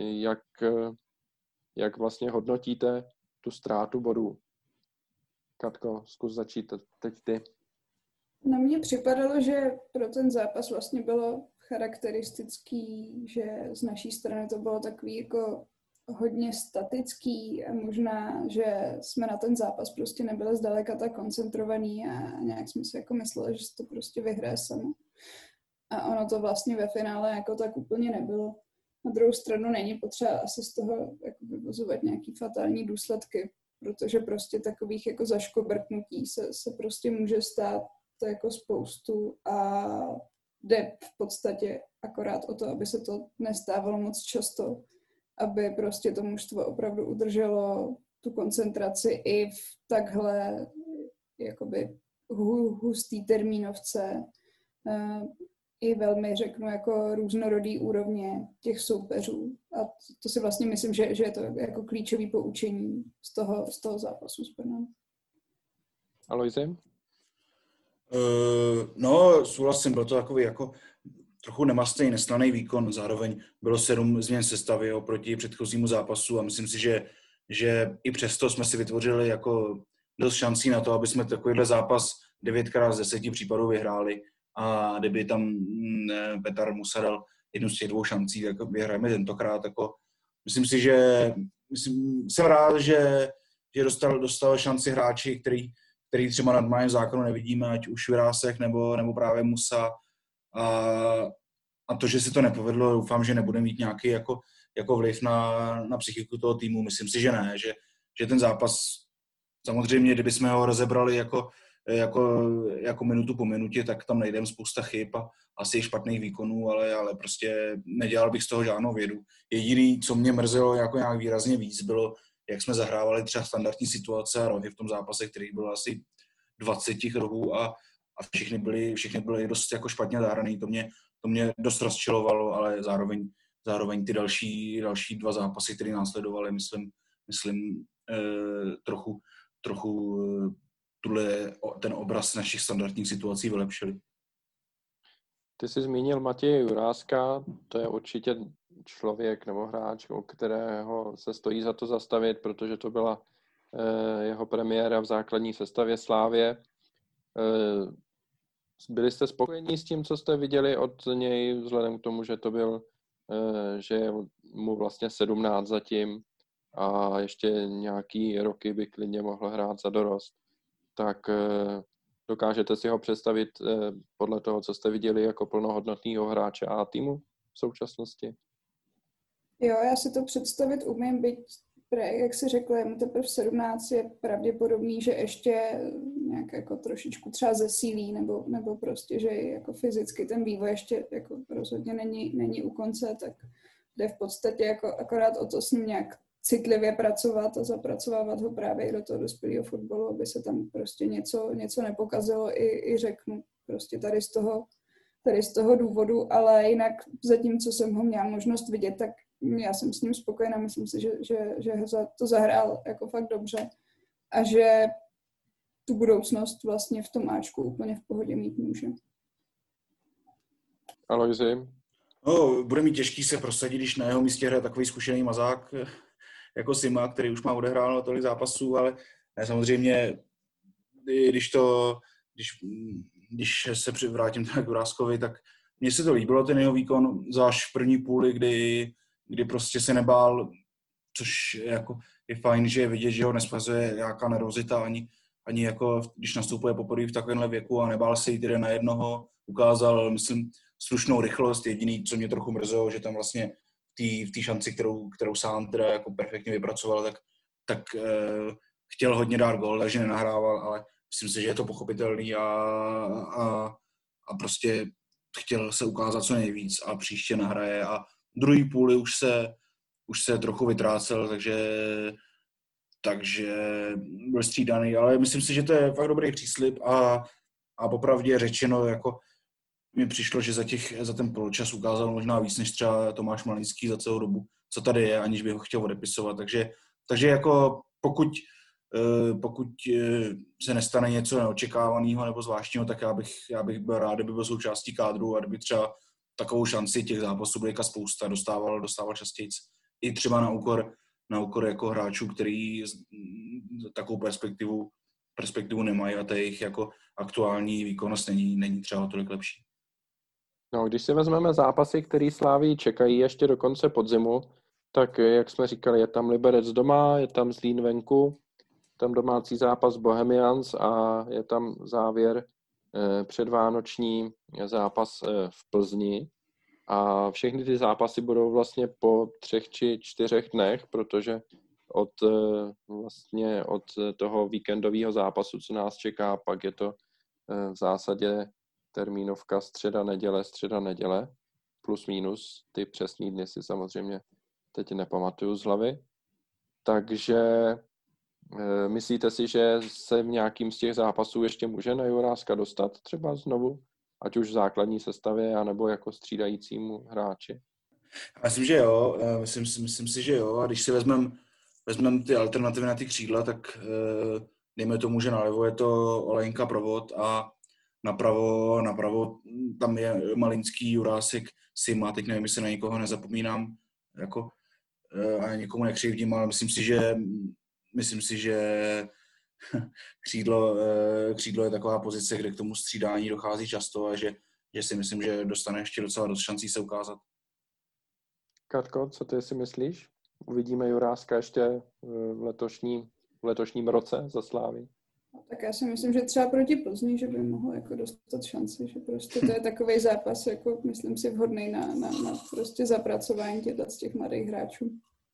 jak vlastně hodnotíte tu ztrátu bodů? Katko, zkus začít teď ty. No mně připadalo, že pro ten zápas vlastně bylo charakteristický, že z naší strany to bylo takový jako hodně statický a možná, že jsme na ten zápas prostě nebyli zdaleka tak koncentrovaný a nějak jsme si jako mysleli, že se to prostě vyhraje samo. A ono to vlastně ve finále jako tak úplně nebylo. Na druhou stranu není potřeba asi z toho jako vyvozovat nějaký fatální důsledky, protože prostě takových jako zaškobrtnutí se prostě může stát to jako spoustu a jde v podstatě akorát o to, aby se to nestávalo moc často, aby prostě to mužstvo opravdu udrželo tu koncentraci i v takhle jakoby hustý termínovce, i velmi, řeknu, jako různorodý úrovně těch soupeřů. A to si vlastně myslím, že je to jako klíčový poučení z toho zápasu s Brnem. Alojzi? No, souhlasím, byl to takový jako trochu nemastný, neslaný výkon, zároveň bylo 7 změn sestavy oproti předchozímu zápasu a myslím si, že i přesto jsme si vytvořili jako dost šancí na to, aby jsme takovýhle zápas 9x z 10 případů vyhráli a kdyby tam Petar Musa dal jednu z těch 2 šancí, tak vyhrajeme tentokrát. Jako, myslím si, že jsem rád, že dostal šanci hráči, který třeba nad májem zákonu nevidíme, ať už Virásek nebo právě Musa. A to, že se to nepovedlo, doufám, že nebude mít nějaký jako vliv na psychiku toho týmu. Myslím si, že ne, že ten zápas, samozřejmě, kdybychom ho rozebrali jako minutu po minutě, tak tam najdeme spousta chyb a asi špatných výkonů, ale prostě nedělal bych z toho žádnou vědu. Jediný, co mě mrzelo jako nějak výrazně víc, bylo, jak jsme zahrávali třeba standardní situace a rohy v tom zápase, kterých bylo asi 20 rohů a všechny byly dost jako špatně zahraný. To mě dost rozčilovalo, ale zároveň ty další 2 zápasy, které následovaly, myslím trochu ten obraz našich standardních situací vylepšili. Ty jsi zmínil Matěje Juráska, to je určitě člověk nebo hráč, o kterého se stojí za to zastavit, protože to byla jeho premiéra v základní sestavě Slávie. Byli jste spokojení s tím, co jste viděli od něj, vzhledem k tomu, že to byl, že mu vlastně 17 zatím a ještě nějaký roky by klidně mohl hrát za dorost, tak dokážete si ho představit podle toho, co jste viděli jako plnohodnotného hráče A týmu v současnosti? Jo, já si to představit umím, byť, jak jsi řekl, je mu teprve 17, je pravděpodobný, že ještě nějak jako trošičku třeba zesílí, nebo prostě, že jako fyzicky ten vývoj ještě jako rozhodně není u konce, tak jde v podstatě jako akorát o to s ním nějak citlivě pracovat a zapracovávat ho právě i do toho dospělého fotbalu, aby se tam prostě něco nepokazilo, i řeknu prostě tady z toho důvodu, ale jinak zatím, co jsem ho měla možnost vidět, tak já jsem s ním spokojená, myslím si, že to zahrál jako fakt dobře a že tu budoucnost vlastně v tom Ačku úplně v pohodě mít může. Alojzi? No, bude mít těžký se prosadit, když na jeho místě hraje takový zkušený mazák jako Sima, který už má odehráno tolik zápasů, ale ne, samozřejmě, když se vrátím k Juráskovi, tak mně se to líbilo, ten jeho výkon, zvlášť v první půli, kdy prostě se nebál, což je fajn, že je vidět, že ho nespazuje nějaká nervozita, ani jako když nastupuje poprvé v takovémhle věku a nebál se jít jeden na jednoho, ukázal, myslím, slušnou rychlost. Jediný, co mě trochu mrzelo, že tam vlastně v té šanci, kterou sám teda jako perfektně vypracoval, tak chtěl hodně dát gól, takže nenahrával, ale myslím si, že je to pochopitelný a prostě chtěl se ukázat co nejvíc a příště nahraje a druhý půli už se trochu vytrácel, takže byl střídaný, ale myslím si, že to je fakt dobrý příslib a popravdě řečeno, jako mi přišlo, že za ten poločas ukázal možná víc než třeba Tomáš Malinský za celou dobu, co tady je, aniž bych ho chtěl odepisovat, takže jako pokud se nestane něco neočekávaného nebo zvláštního, tak já bych byl rád, kdyby byl součástí kádru a kdyby třeba takovou šanci těch zápasů byla spousta, dostával častěji i třeba na úkor jako hráčů, který takovou perspektivu nemají a ta jejich jako aktuální výkonnost není třeba tolik lepší. No, když si vezmeme zápasy, které Slávii čekají ještě do konce podzimu, tak jak jsme říkali, je tam Liberec doma, je tam Zlín venku, tam domácí zápas Bohemians a je tam závěr předvánoční zápas v Plzni. A všechny ty zápasy budou vlastně po 3 či 4 dnech, protože od toho víkendového zápasu, co nás čeká, pak je to v zásadě termínovka středa, neděle, plus minus. Ty přesný dny si samozřejmě teď nepamatuju z hlavy. Takže Myslíte si, že se v nějakým z těch zápasů ještě může na Juráska dostat třeba znovu? Ať už v základní sestavě, anebo jako střídajícímu hráči? Myslím, že jo. Myslím si, že jo. A když si vezmem ty alternativy na ty křídla, tak dejme tomu, že nalevo je to Olejnka Provod a napravo tam je Malinský, Jurásek, Sima, teď nevím, jestli na nikoho nezapomínám, jako, a někomu nekřivdím, ale myslím si, že křídlo je taková pozice, kde k tomu střídání dochází často a že si myslím, že dostane ještě docela dost šancí se ukázat. Katko, co ty si myslíš? Uvidíme Juráska ještě v letošním roce za Slávy? Tak já si myslím, že třeba proti Plzni, že by mohl jako dostat šanci, že prostě to je takový zápas, jako myslím si vhodný na prostě zapracování z těch mladých hráčů.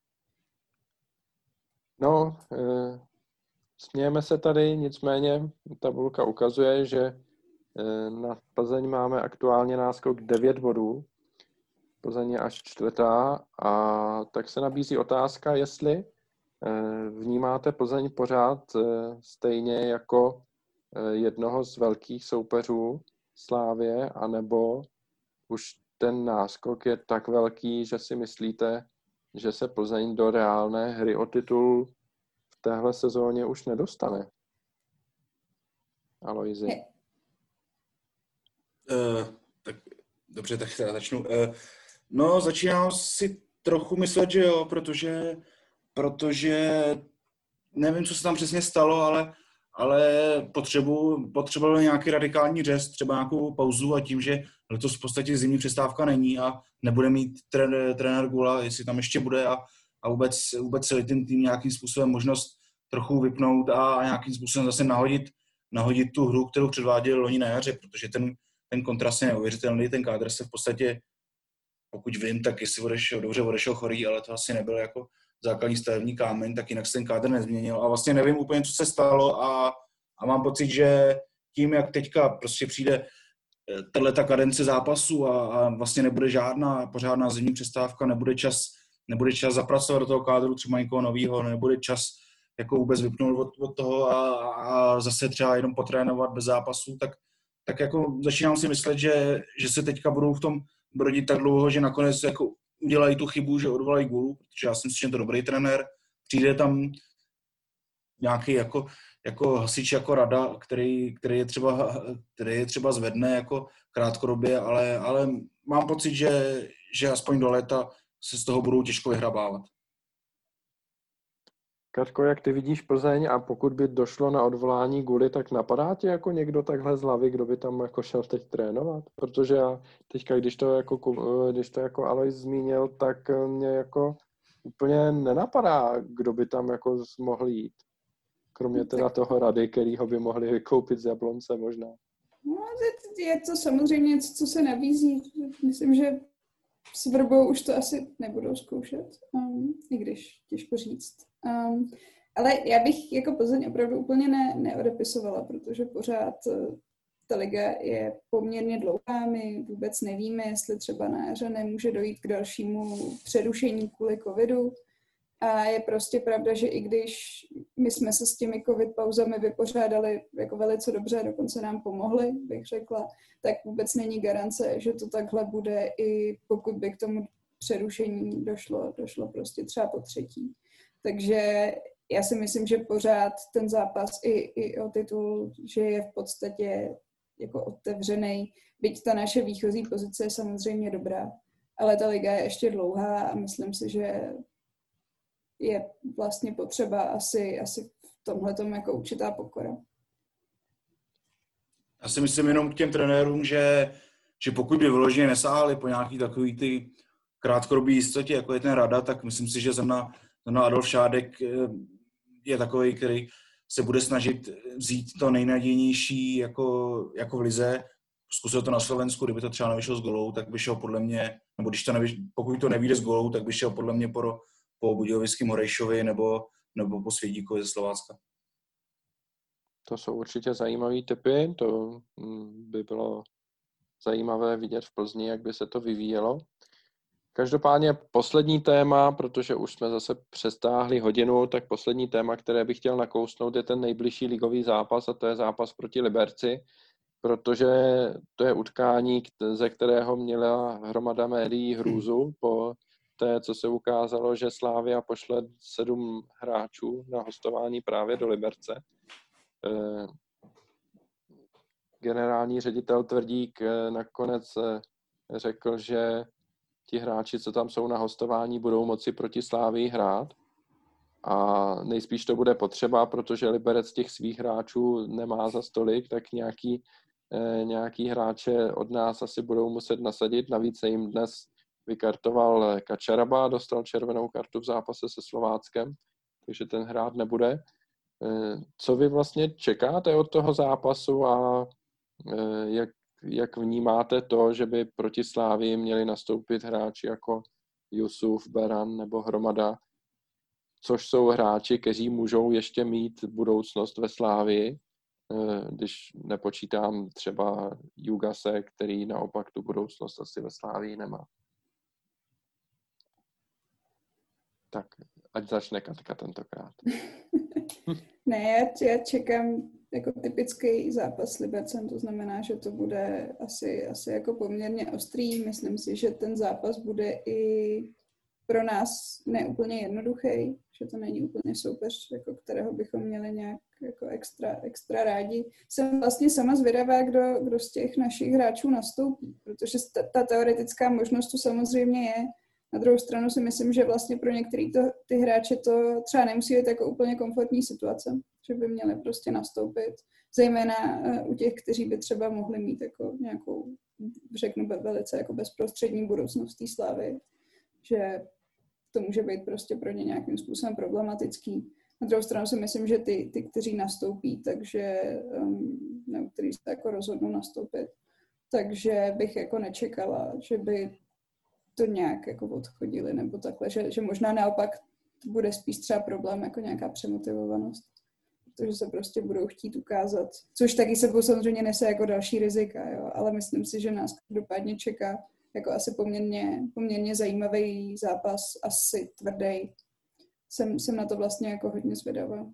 No, smějeme se tady, nicméně tabulka ukazuje, že na Plzeň máme aktuálně náskok 9 bodů. Plzeň je až 4. A tak se nabízí otázka, jestli vnímáte Plzeň pořád stejně jako jednoho z velkých soupeřů Slávie, anebo už ten náskok je tak velký, že si myslíte, že se Plzeň do reálné hry o titul v téhle sezóně už nedostane? Aloisi. Tak dobře, tak já začnu. No, začínám si trochu myslet, že jo, protože nevím, co se tam přesně stalo, ale potřeboval nějaký radikální řez, třeba nějakou pauzu a tím, že letos v podstatě zimní přestávka není a nebude mít trenér Gula, jestli tam ještě bude a vůbec celý ten tým nějakým způsobem možnost trochu vypnout a nějakým způsobem zase nahodit tu hru, kterou předváděl loni na jaře, protože ten kontrast je neuvěřitelný, ten kádr se v podstatě, pokud vím, tak jestli odešel Chorý, ale to asi nebyl jako základní stavební kámen, tak jinak se ten kádr nezměnil. A vlastně nevím úplně, co se stalo a mám pocit, že tím, jak teďka prostě přijde tato kadence zápasu a vlastně nebude žádná pořádná zimní přestávka, nebude čas zapracovat do toho kádru třeba někoho nového, nebude čas jako vůbec vypnout od toho a zase třeba jenom potrénovat bez zápasů, tak jako začínám si myslet, že se teďka budou v tom brodit tak dlouho, že nakonec jako udělají tu chybu, že odvolají Gulu, protože já si myslím, že je to dobrý trenér. Přijde tam nějaký jako hasič, jako Rada, který je třeba zvedne jako krátkodobě, ale mám pocit, že aspoň do léta se z toho budou těžko vyhrabávat. Katko, jak ty vidíš Plzeň a pokud by došlo na odvolání Guly, tak napadá tě jako někdo takhle z hlavy, kdo by tam jako šel teď trénovat? Protože já teďka, když to jako Alois zmínil, tak mě jako úplně nenapadá, kdo by tam jako mohl jít. Kromě teda toho Rady, kterýho by mohli vykoupit z Jablonce možná. No, je to samozřejmě něco, co se nabízí. Myslím, že s Vrbou už to asi nebudou zkoušet, i když těžko říct. Ale já bych jako Plzeň opravdu úplně neodepisovala, protože pořád ta liga je poměrně dlouhá, my vůbec nevíme, jestli třeba na jaře nemůže dojít k dalšímu přerušení kvůli covidu. A je prostě pravda, že i když my jsme se s těmi covid pauzami vypořádali jako velice dobře, dokonce nám pomohli, bych řekla, tak vůbec není garance, že to takhle bude, i pokud by k tomu přerušení došlo prostě třeba po třetí. Takže já si myslím, že pořád ten zápas i o titul, že je v podstatě jako otevřený, byť ta naše výchozí pozice je samozřejmě dobrá, ale ta liga je ještě dlouhá a myslím si, že je vlastně potřeba asi v tomhletom jako určitá pokora. Já si myslím jenom k těm trenérům, že pokud by vyloženě nesáhli po nějaký takový ty krátkodobý jistotě, jako je ten Rada, tak myslím si, že zrovna Adolf Šádek je takový, který se bude snažit vzít to nejnadějnější jako v lize. Zkusil to na Slovensku, kdyby to třeba nevyšlo s golou, tak by šel podle mě, nebo pokud to nevyjde s golou, tak by šel podle mě po Budějovickém Horejšovi nebo po Svědíkovi ze Slovácka. To jsou určitě zajímavé tipy, to by bylo zajímavé vidět v Plzni, jak by se to vyvíjelo. Každopádně poslední téma, protože už jsme zase přestáhli hodinu, tak poslední téma, které bych chtěl nakousnout, je ten nejbližší ligový zápas a to je zápas proti Liberci, protože to je utkání, ze kterého měla hromada médií hrůzu po té, co se ukázalo, že Slavia pošle 7 hráčů na hostování právě do Liberce. Generální ředitel Tvrdík nakonec řekl, že ti hráči, co tam jsou na hostování, budou moci proti Slavii hrát a nejspíš to bude potřeba, protože Liberec těch svých hráčů nemá za stolik, tak nějaký hráče od nás asi budou muset nasadit. Navíc se jim dnes vykartoval Kačaraba, dostal červenou kartu v zápase se Slováckem, takže ten hrát nebude. Co vy vlastně čekáte od toho zápasu a jak vnímáte to, že by proti Slávii měli nastoupit hráči jako Jusuf, Beran nebo Hromada, což jsou hráči, kteří můžou ještě mít budoucnost ve Slávii, když nepočítám třeba Jugase, který naopak tu budoucnost asi ve Slávii nemá. Tak, ať začne Katka tentokrát. Ne, já čekám jako typický zápas s Libercem, to znamená, že to bude asi jako poměrně ostrý. Myslím si, že ten zápas bude i pro nás neúplně jednoduchý, že to není úplně soupeř, jako kterého bychom měli nějak jako extra rádi. Jsem vlastně sama zvědavá, kdo z těch našich hráčů nastoupí, protože ta teoretická možnost tu samozřejmě je. Na druhou stranu si myslím, že vlastně pro některé ty hráče to třeba nemusí být jako úplně komfortní situace, že by měli prostě nastoupit, zejména u těch, kteří by třeba mohli mít jako nějakou, řeknu velice jako bezprostřední budoucnost té Slávy, že to může být prostě pro ně nějakým způsobem problematický. Na druhou stranu si myslím, že ty kteří nastoupí, takže nebo kteří se jako rozhodnou nastoupit, takže bych jako nečekala, že by to nějak jako odchodili nebo takhle, že možná naopak to bude spíš třeba problém jako nějaká přemotivovanost, protože se prostě budou chtít ukázat, což taky sebou samozřejmě nese jako další rizika, jo? Ale myslím si, že nás dopadně čeká jako asi poměrně zajímavý zápas, asi tvrdý. Jsem na to vlastně jako hodně zvědavá.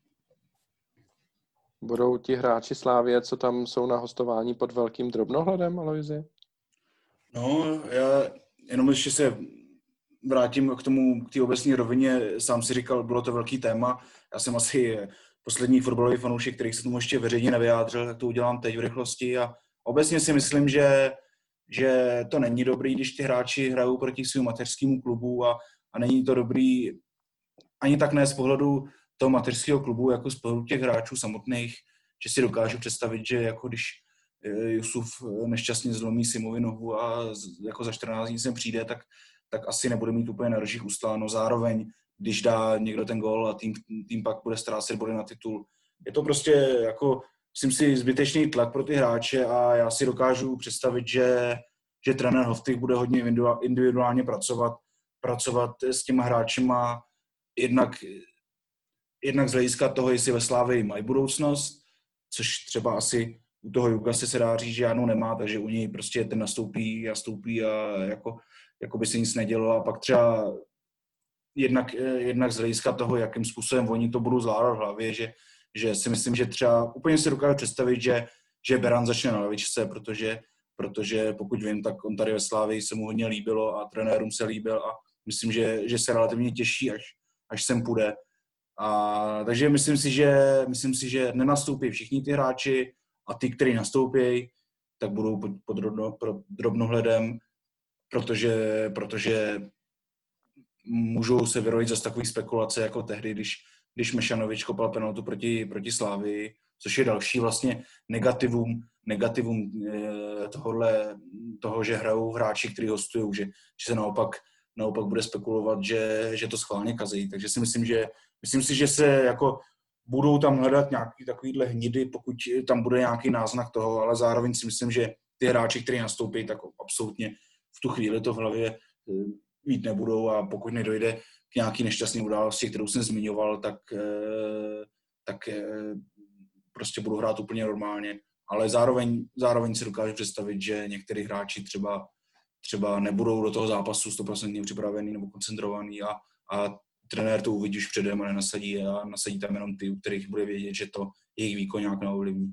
Budou ti hráči Slávie, co tam jsou na hostování pod velkým drobnohledem, Alojzi? No, já jenom ještě se vrátím k té obecné rovině. Sám si říkal, bylo to velký téma. Já jsem asi poslední fotbalový fanoušek, který se tomu ještě veřejně nevyjádřil, tak to udělám teď v rychlosti. A obecně si myslím, že to není dobrý, když ty hráči hrajou proti svým mateřskému klubu a není to dobrý ani tak ne z pohledu toho mateřského klubu, jako z pohledu těch hráčů samotných, že si dokážu představit, že jako když Jusuf nešťastně zlomí Simovi nohu a jako za 14 dní sem přijde, tak asi nebude mít úplně na rožích ustáno. Zároveň, když dá někdo ten gól a tým pak bude ztrácet body na titul. Je to prostě jako, myslím si, zbytečný tlak pro ty hráče a já si dokážu představit, že trenér Hoftych bude hodně individuálně pracovat s těma hráčima, jednak z hlediska toho, jestli ve Slávii mají budoucnost, což třeba asi u toho Jugase se dá říct, že žádnou nemá, takže u něj prostě ten nastoupí a jako by se nic nedělo a pak třeba jednak z hlediska toho, jakým způsobem oni to budou zvládat v hlavě, že si myslím, že třeba úplně si dokážu představit, že Beran začne na lavičce, protože pokud vím, tak on tady ve Slávii se mu hodně líbilo a trenérům se líbil a myslím, že se relativně těší, až sem půjde. Takže myslím si, že nenastoupí všichni ty hráči a ty, kteří nastoupí, tak budou pod drobnohledem, protože můžou se vyrodit zase takový spekulace jako tehdy, když Mešanovič kopal penaltu proti Slávii, což je další vlastně negativum toho, že hrajou hráči, kteří hostují, že se naopak bude spekulovat, že to schválně kazí. Takže si myslím si, že se jako budou tam hledat nějaký takovýhle hnidy, pokud tam bude nějaký náznak toho, ale zároveň si myslím, že ty hráči, kteří nastoupí, tak absolutně v tu chvíli to v hlavě mít nebudou a pokud nedojde k nějaký nešťastné události, kterou jsem zmiňoval, tak prostě budou hrát úplně normálně. Ale zároveň si dokážu představit, že některý hráči třeba nebudou do toho zápasu 100% připravený nebo koncentrovaný a trenér to uvidí už předem a nenasadí a nasadí tam jenom ty, u kterých bude vědět, že to jejich výkon nějak neovlivní.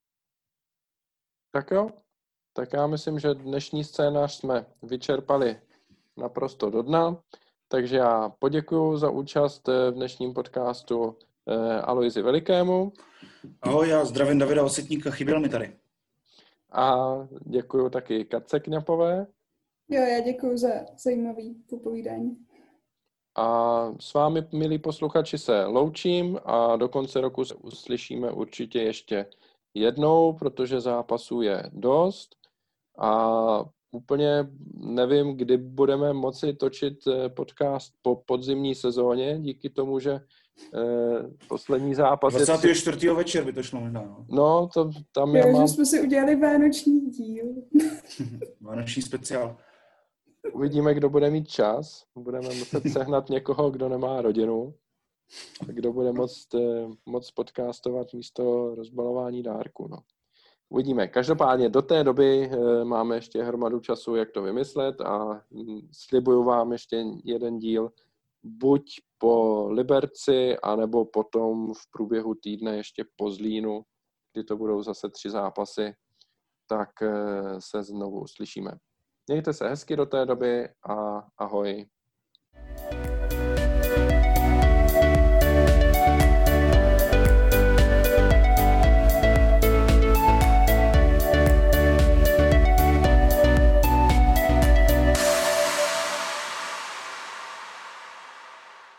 Tak jo, tak já myslím, že dnešní scénář jsme vyčerpali naprosto do dna, takže já poděkuju za účast v dnešním podcastu Alojzi Velikému. Ahoj, já zdravím Davida Osetníka, chyběl mi tady. A děkuju taky Katce Kňapové. Jo, já děkuju za zajímavý popovídání. A s vámi, milí posluchači, se loučím a do konce roku se uslyšíme určitě ještě jednou, protože zápasů je dost a úplně nevím, kdy budeme moci točit podcast po podzimní sezóně, díky tomu, že poslední zápas 24. večer by to šlo možná. No, to tam jo, já mám... že jsme si udělali vánoční díl. Vánoční speciál. Uvidíme, kdo bude mít čas. Budeme muset sehnat někoho, kdo nemá rodinu. Kdo bude moc podcastovat místo rozbalování dárku. No. Uvidíme. Každopádně do té doby máme ještě hromadu času, jak to vymyslet a slibuju vám ještě jeden díl buď po Liberci, anebo potom v průběhu týdne ještě po Zlínu, kdy to budou zase 3 zápasy, tak se znovu uslyšíme. Mějte se hezky do té doby a ahoj.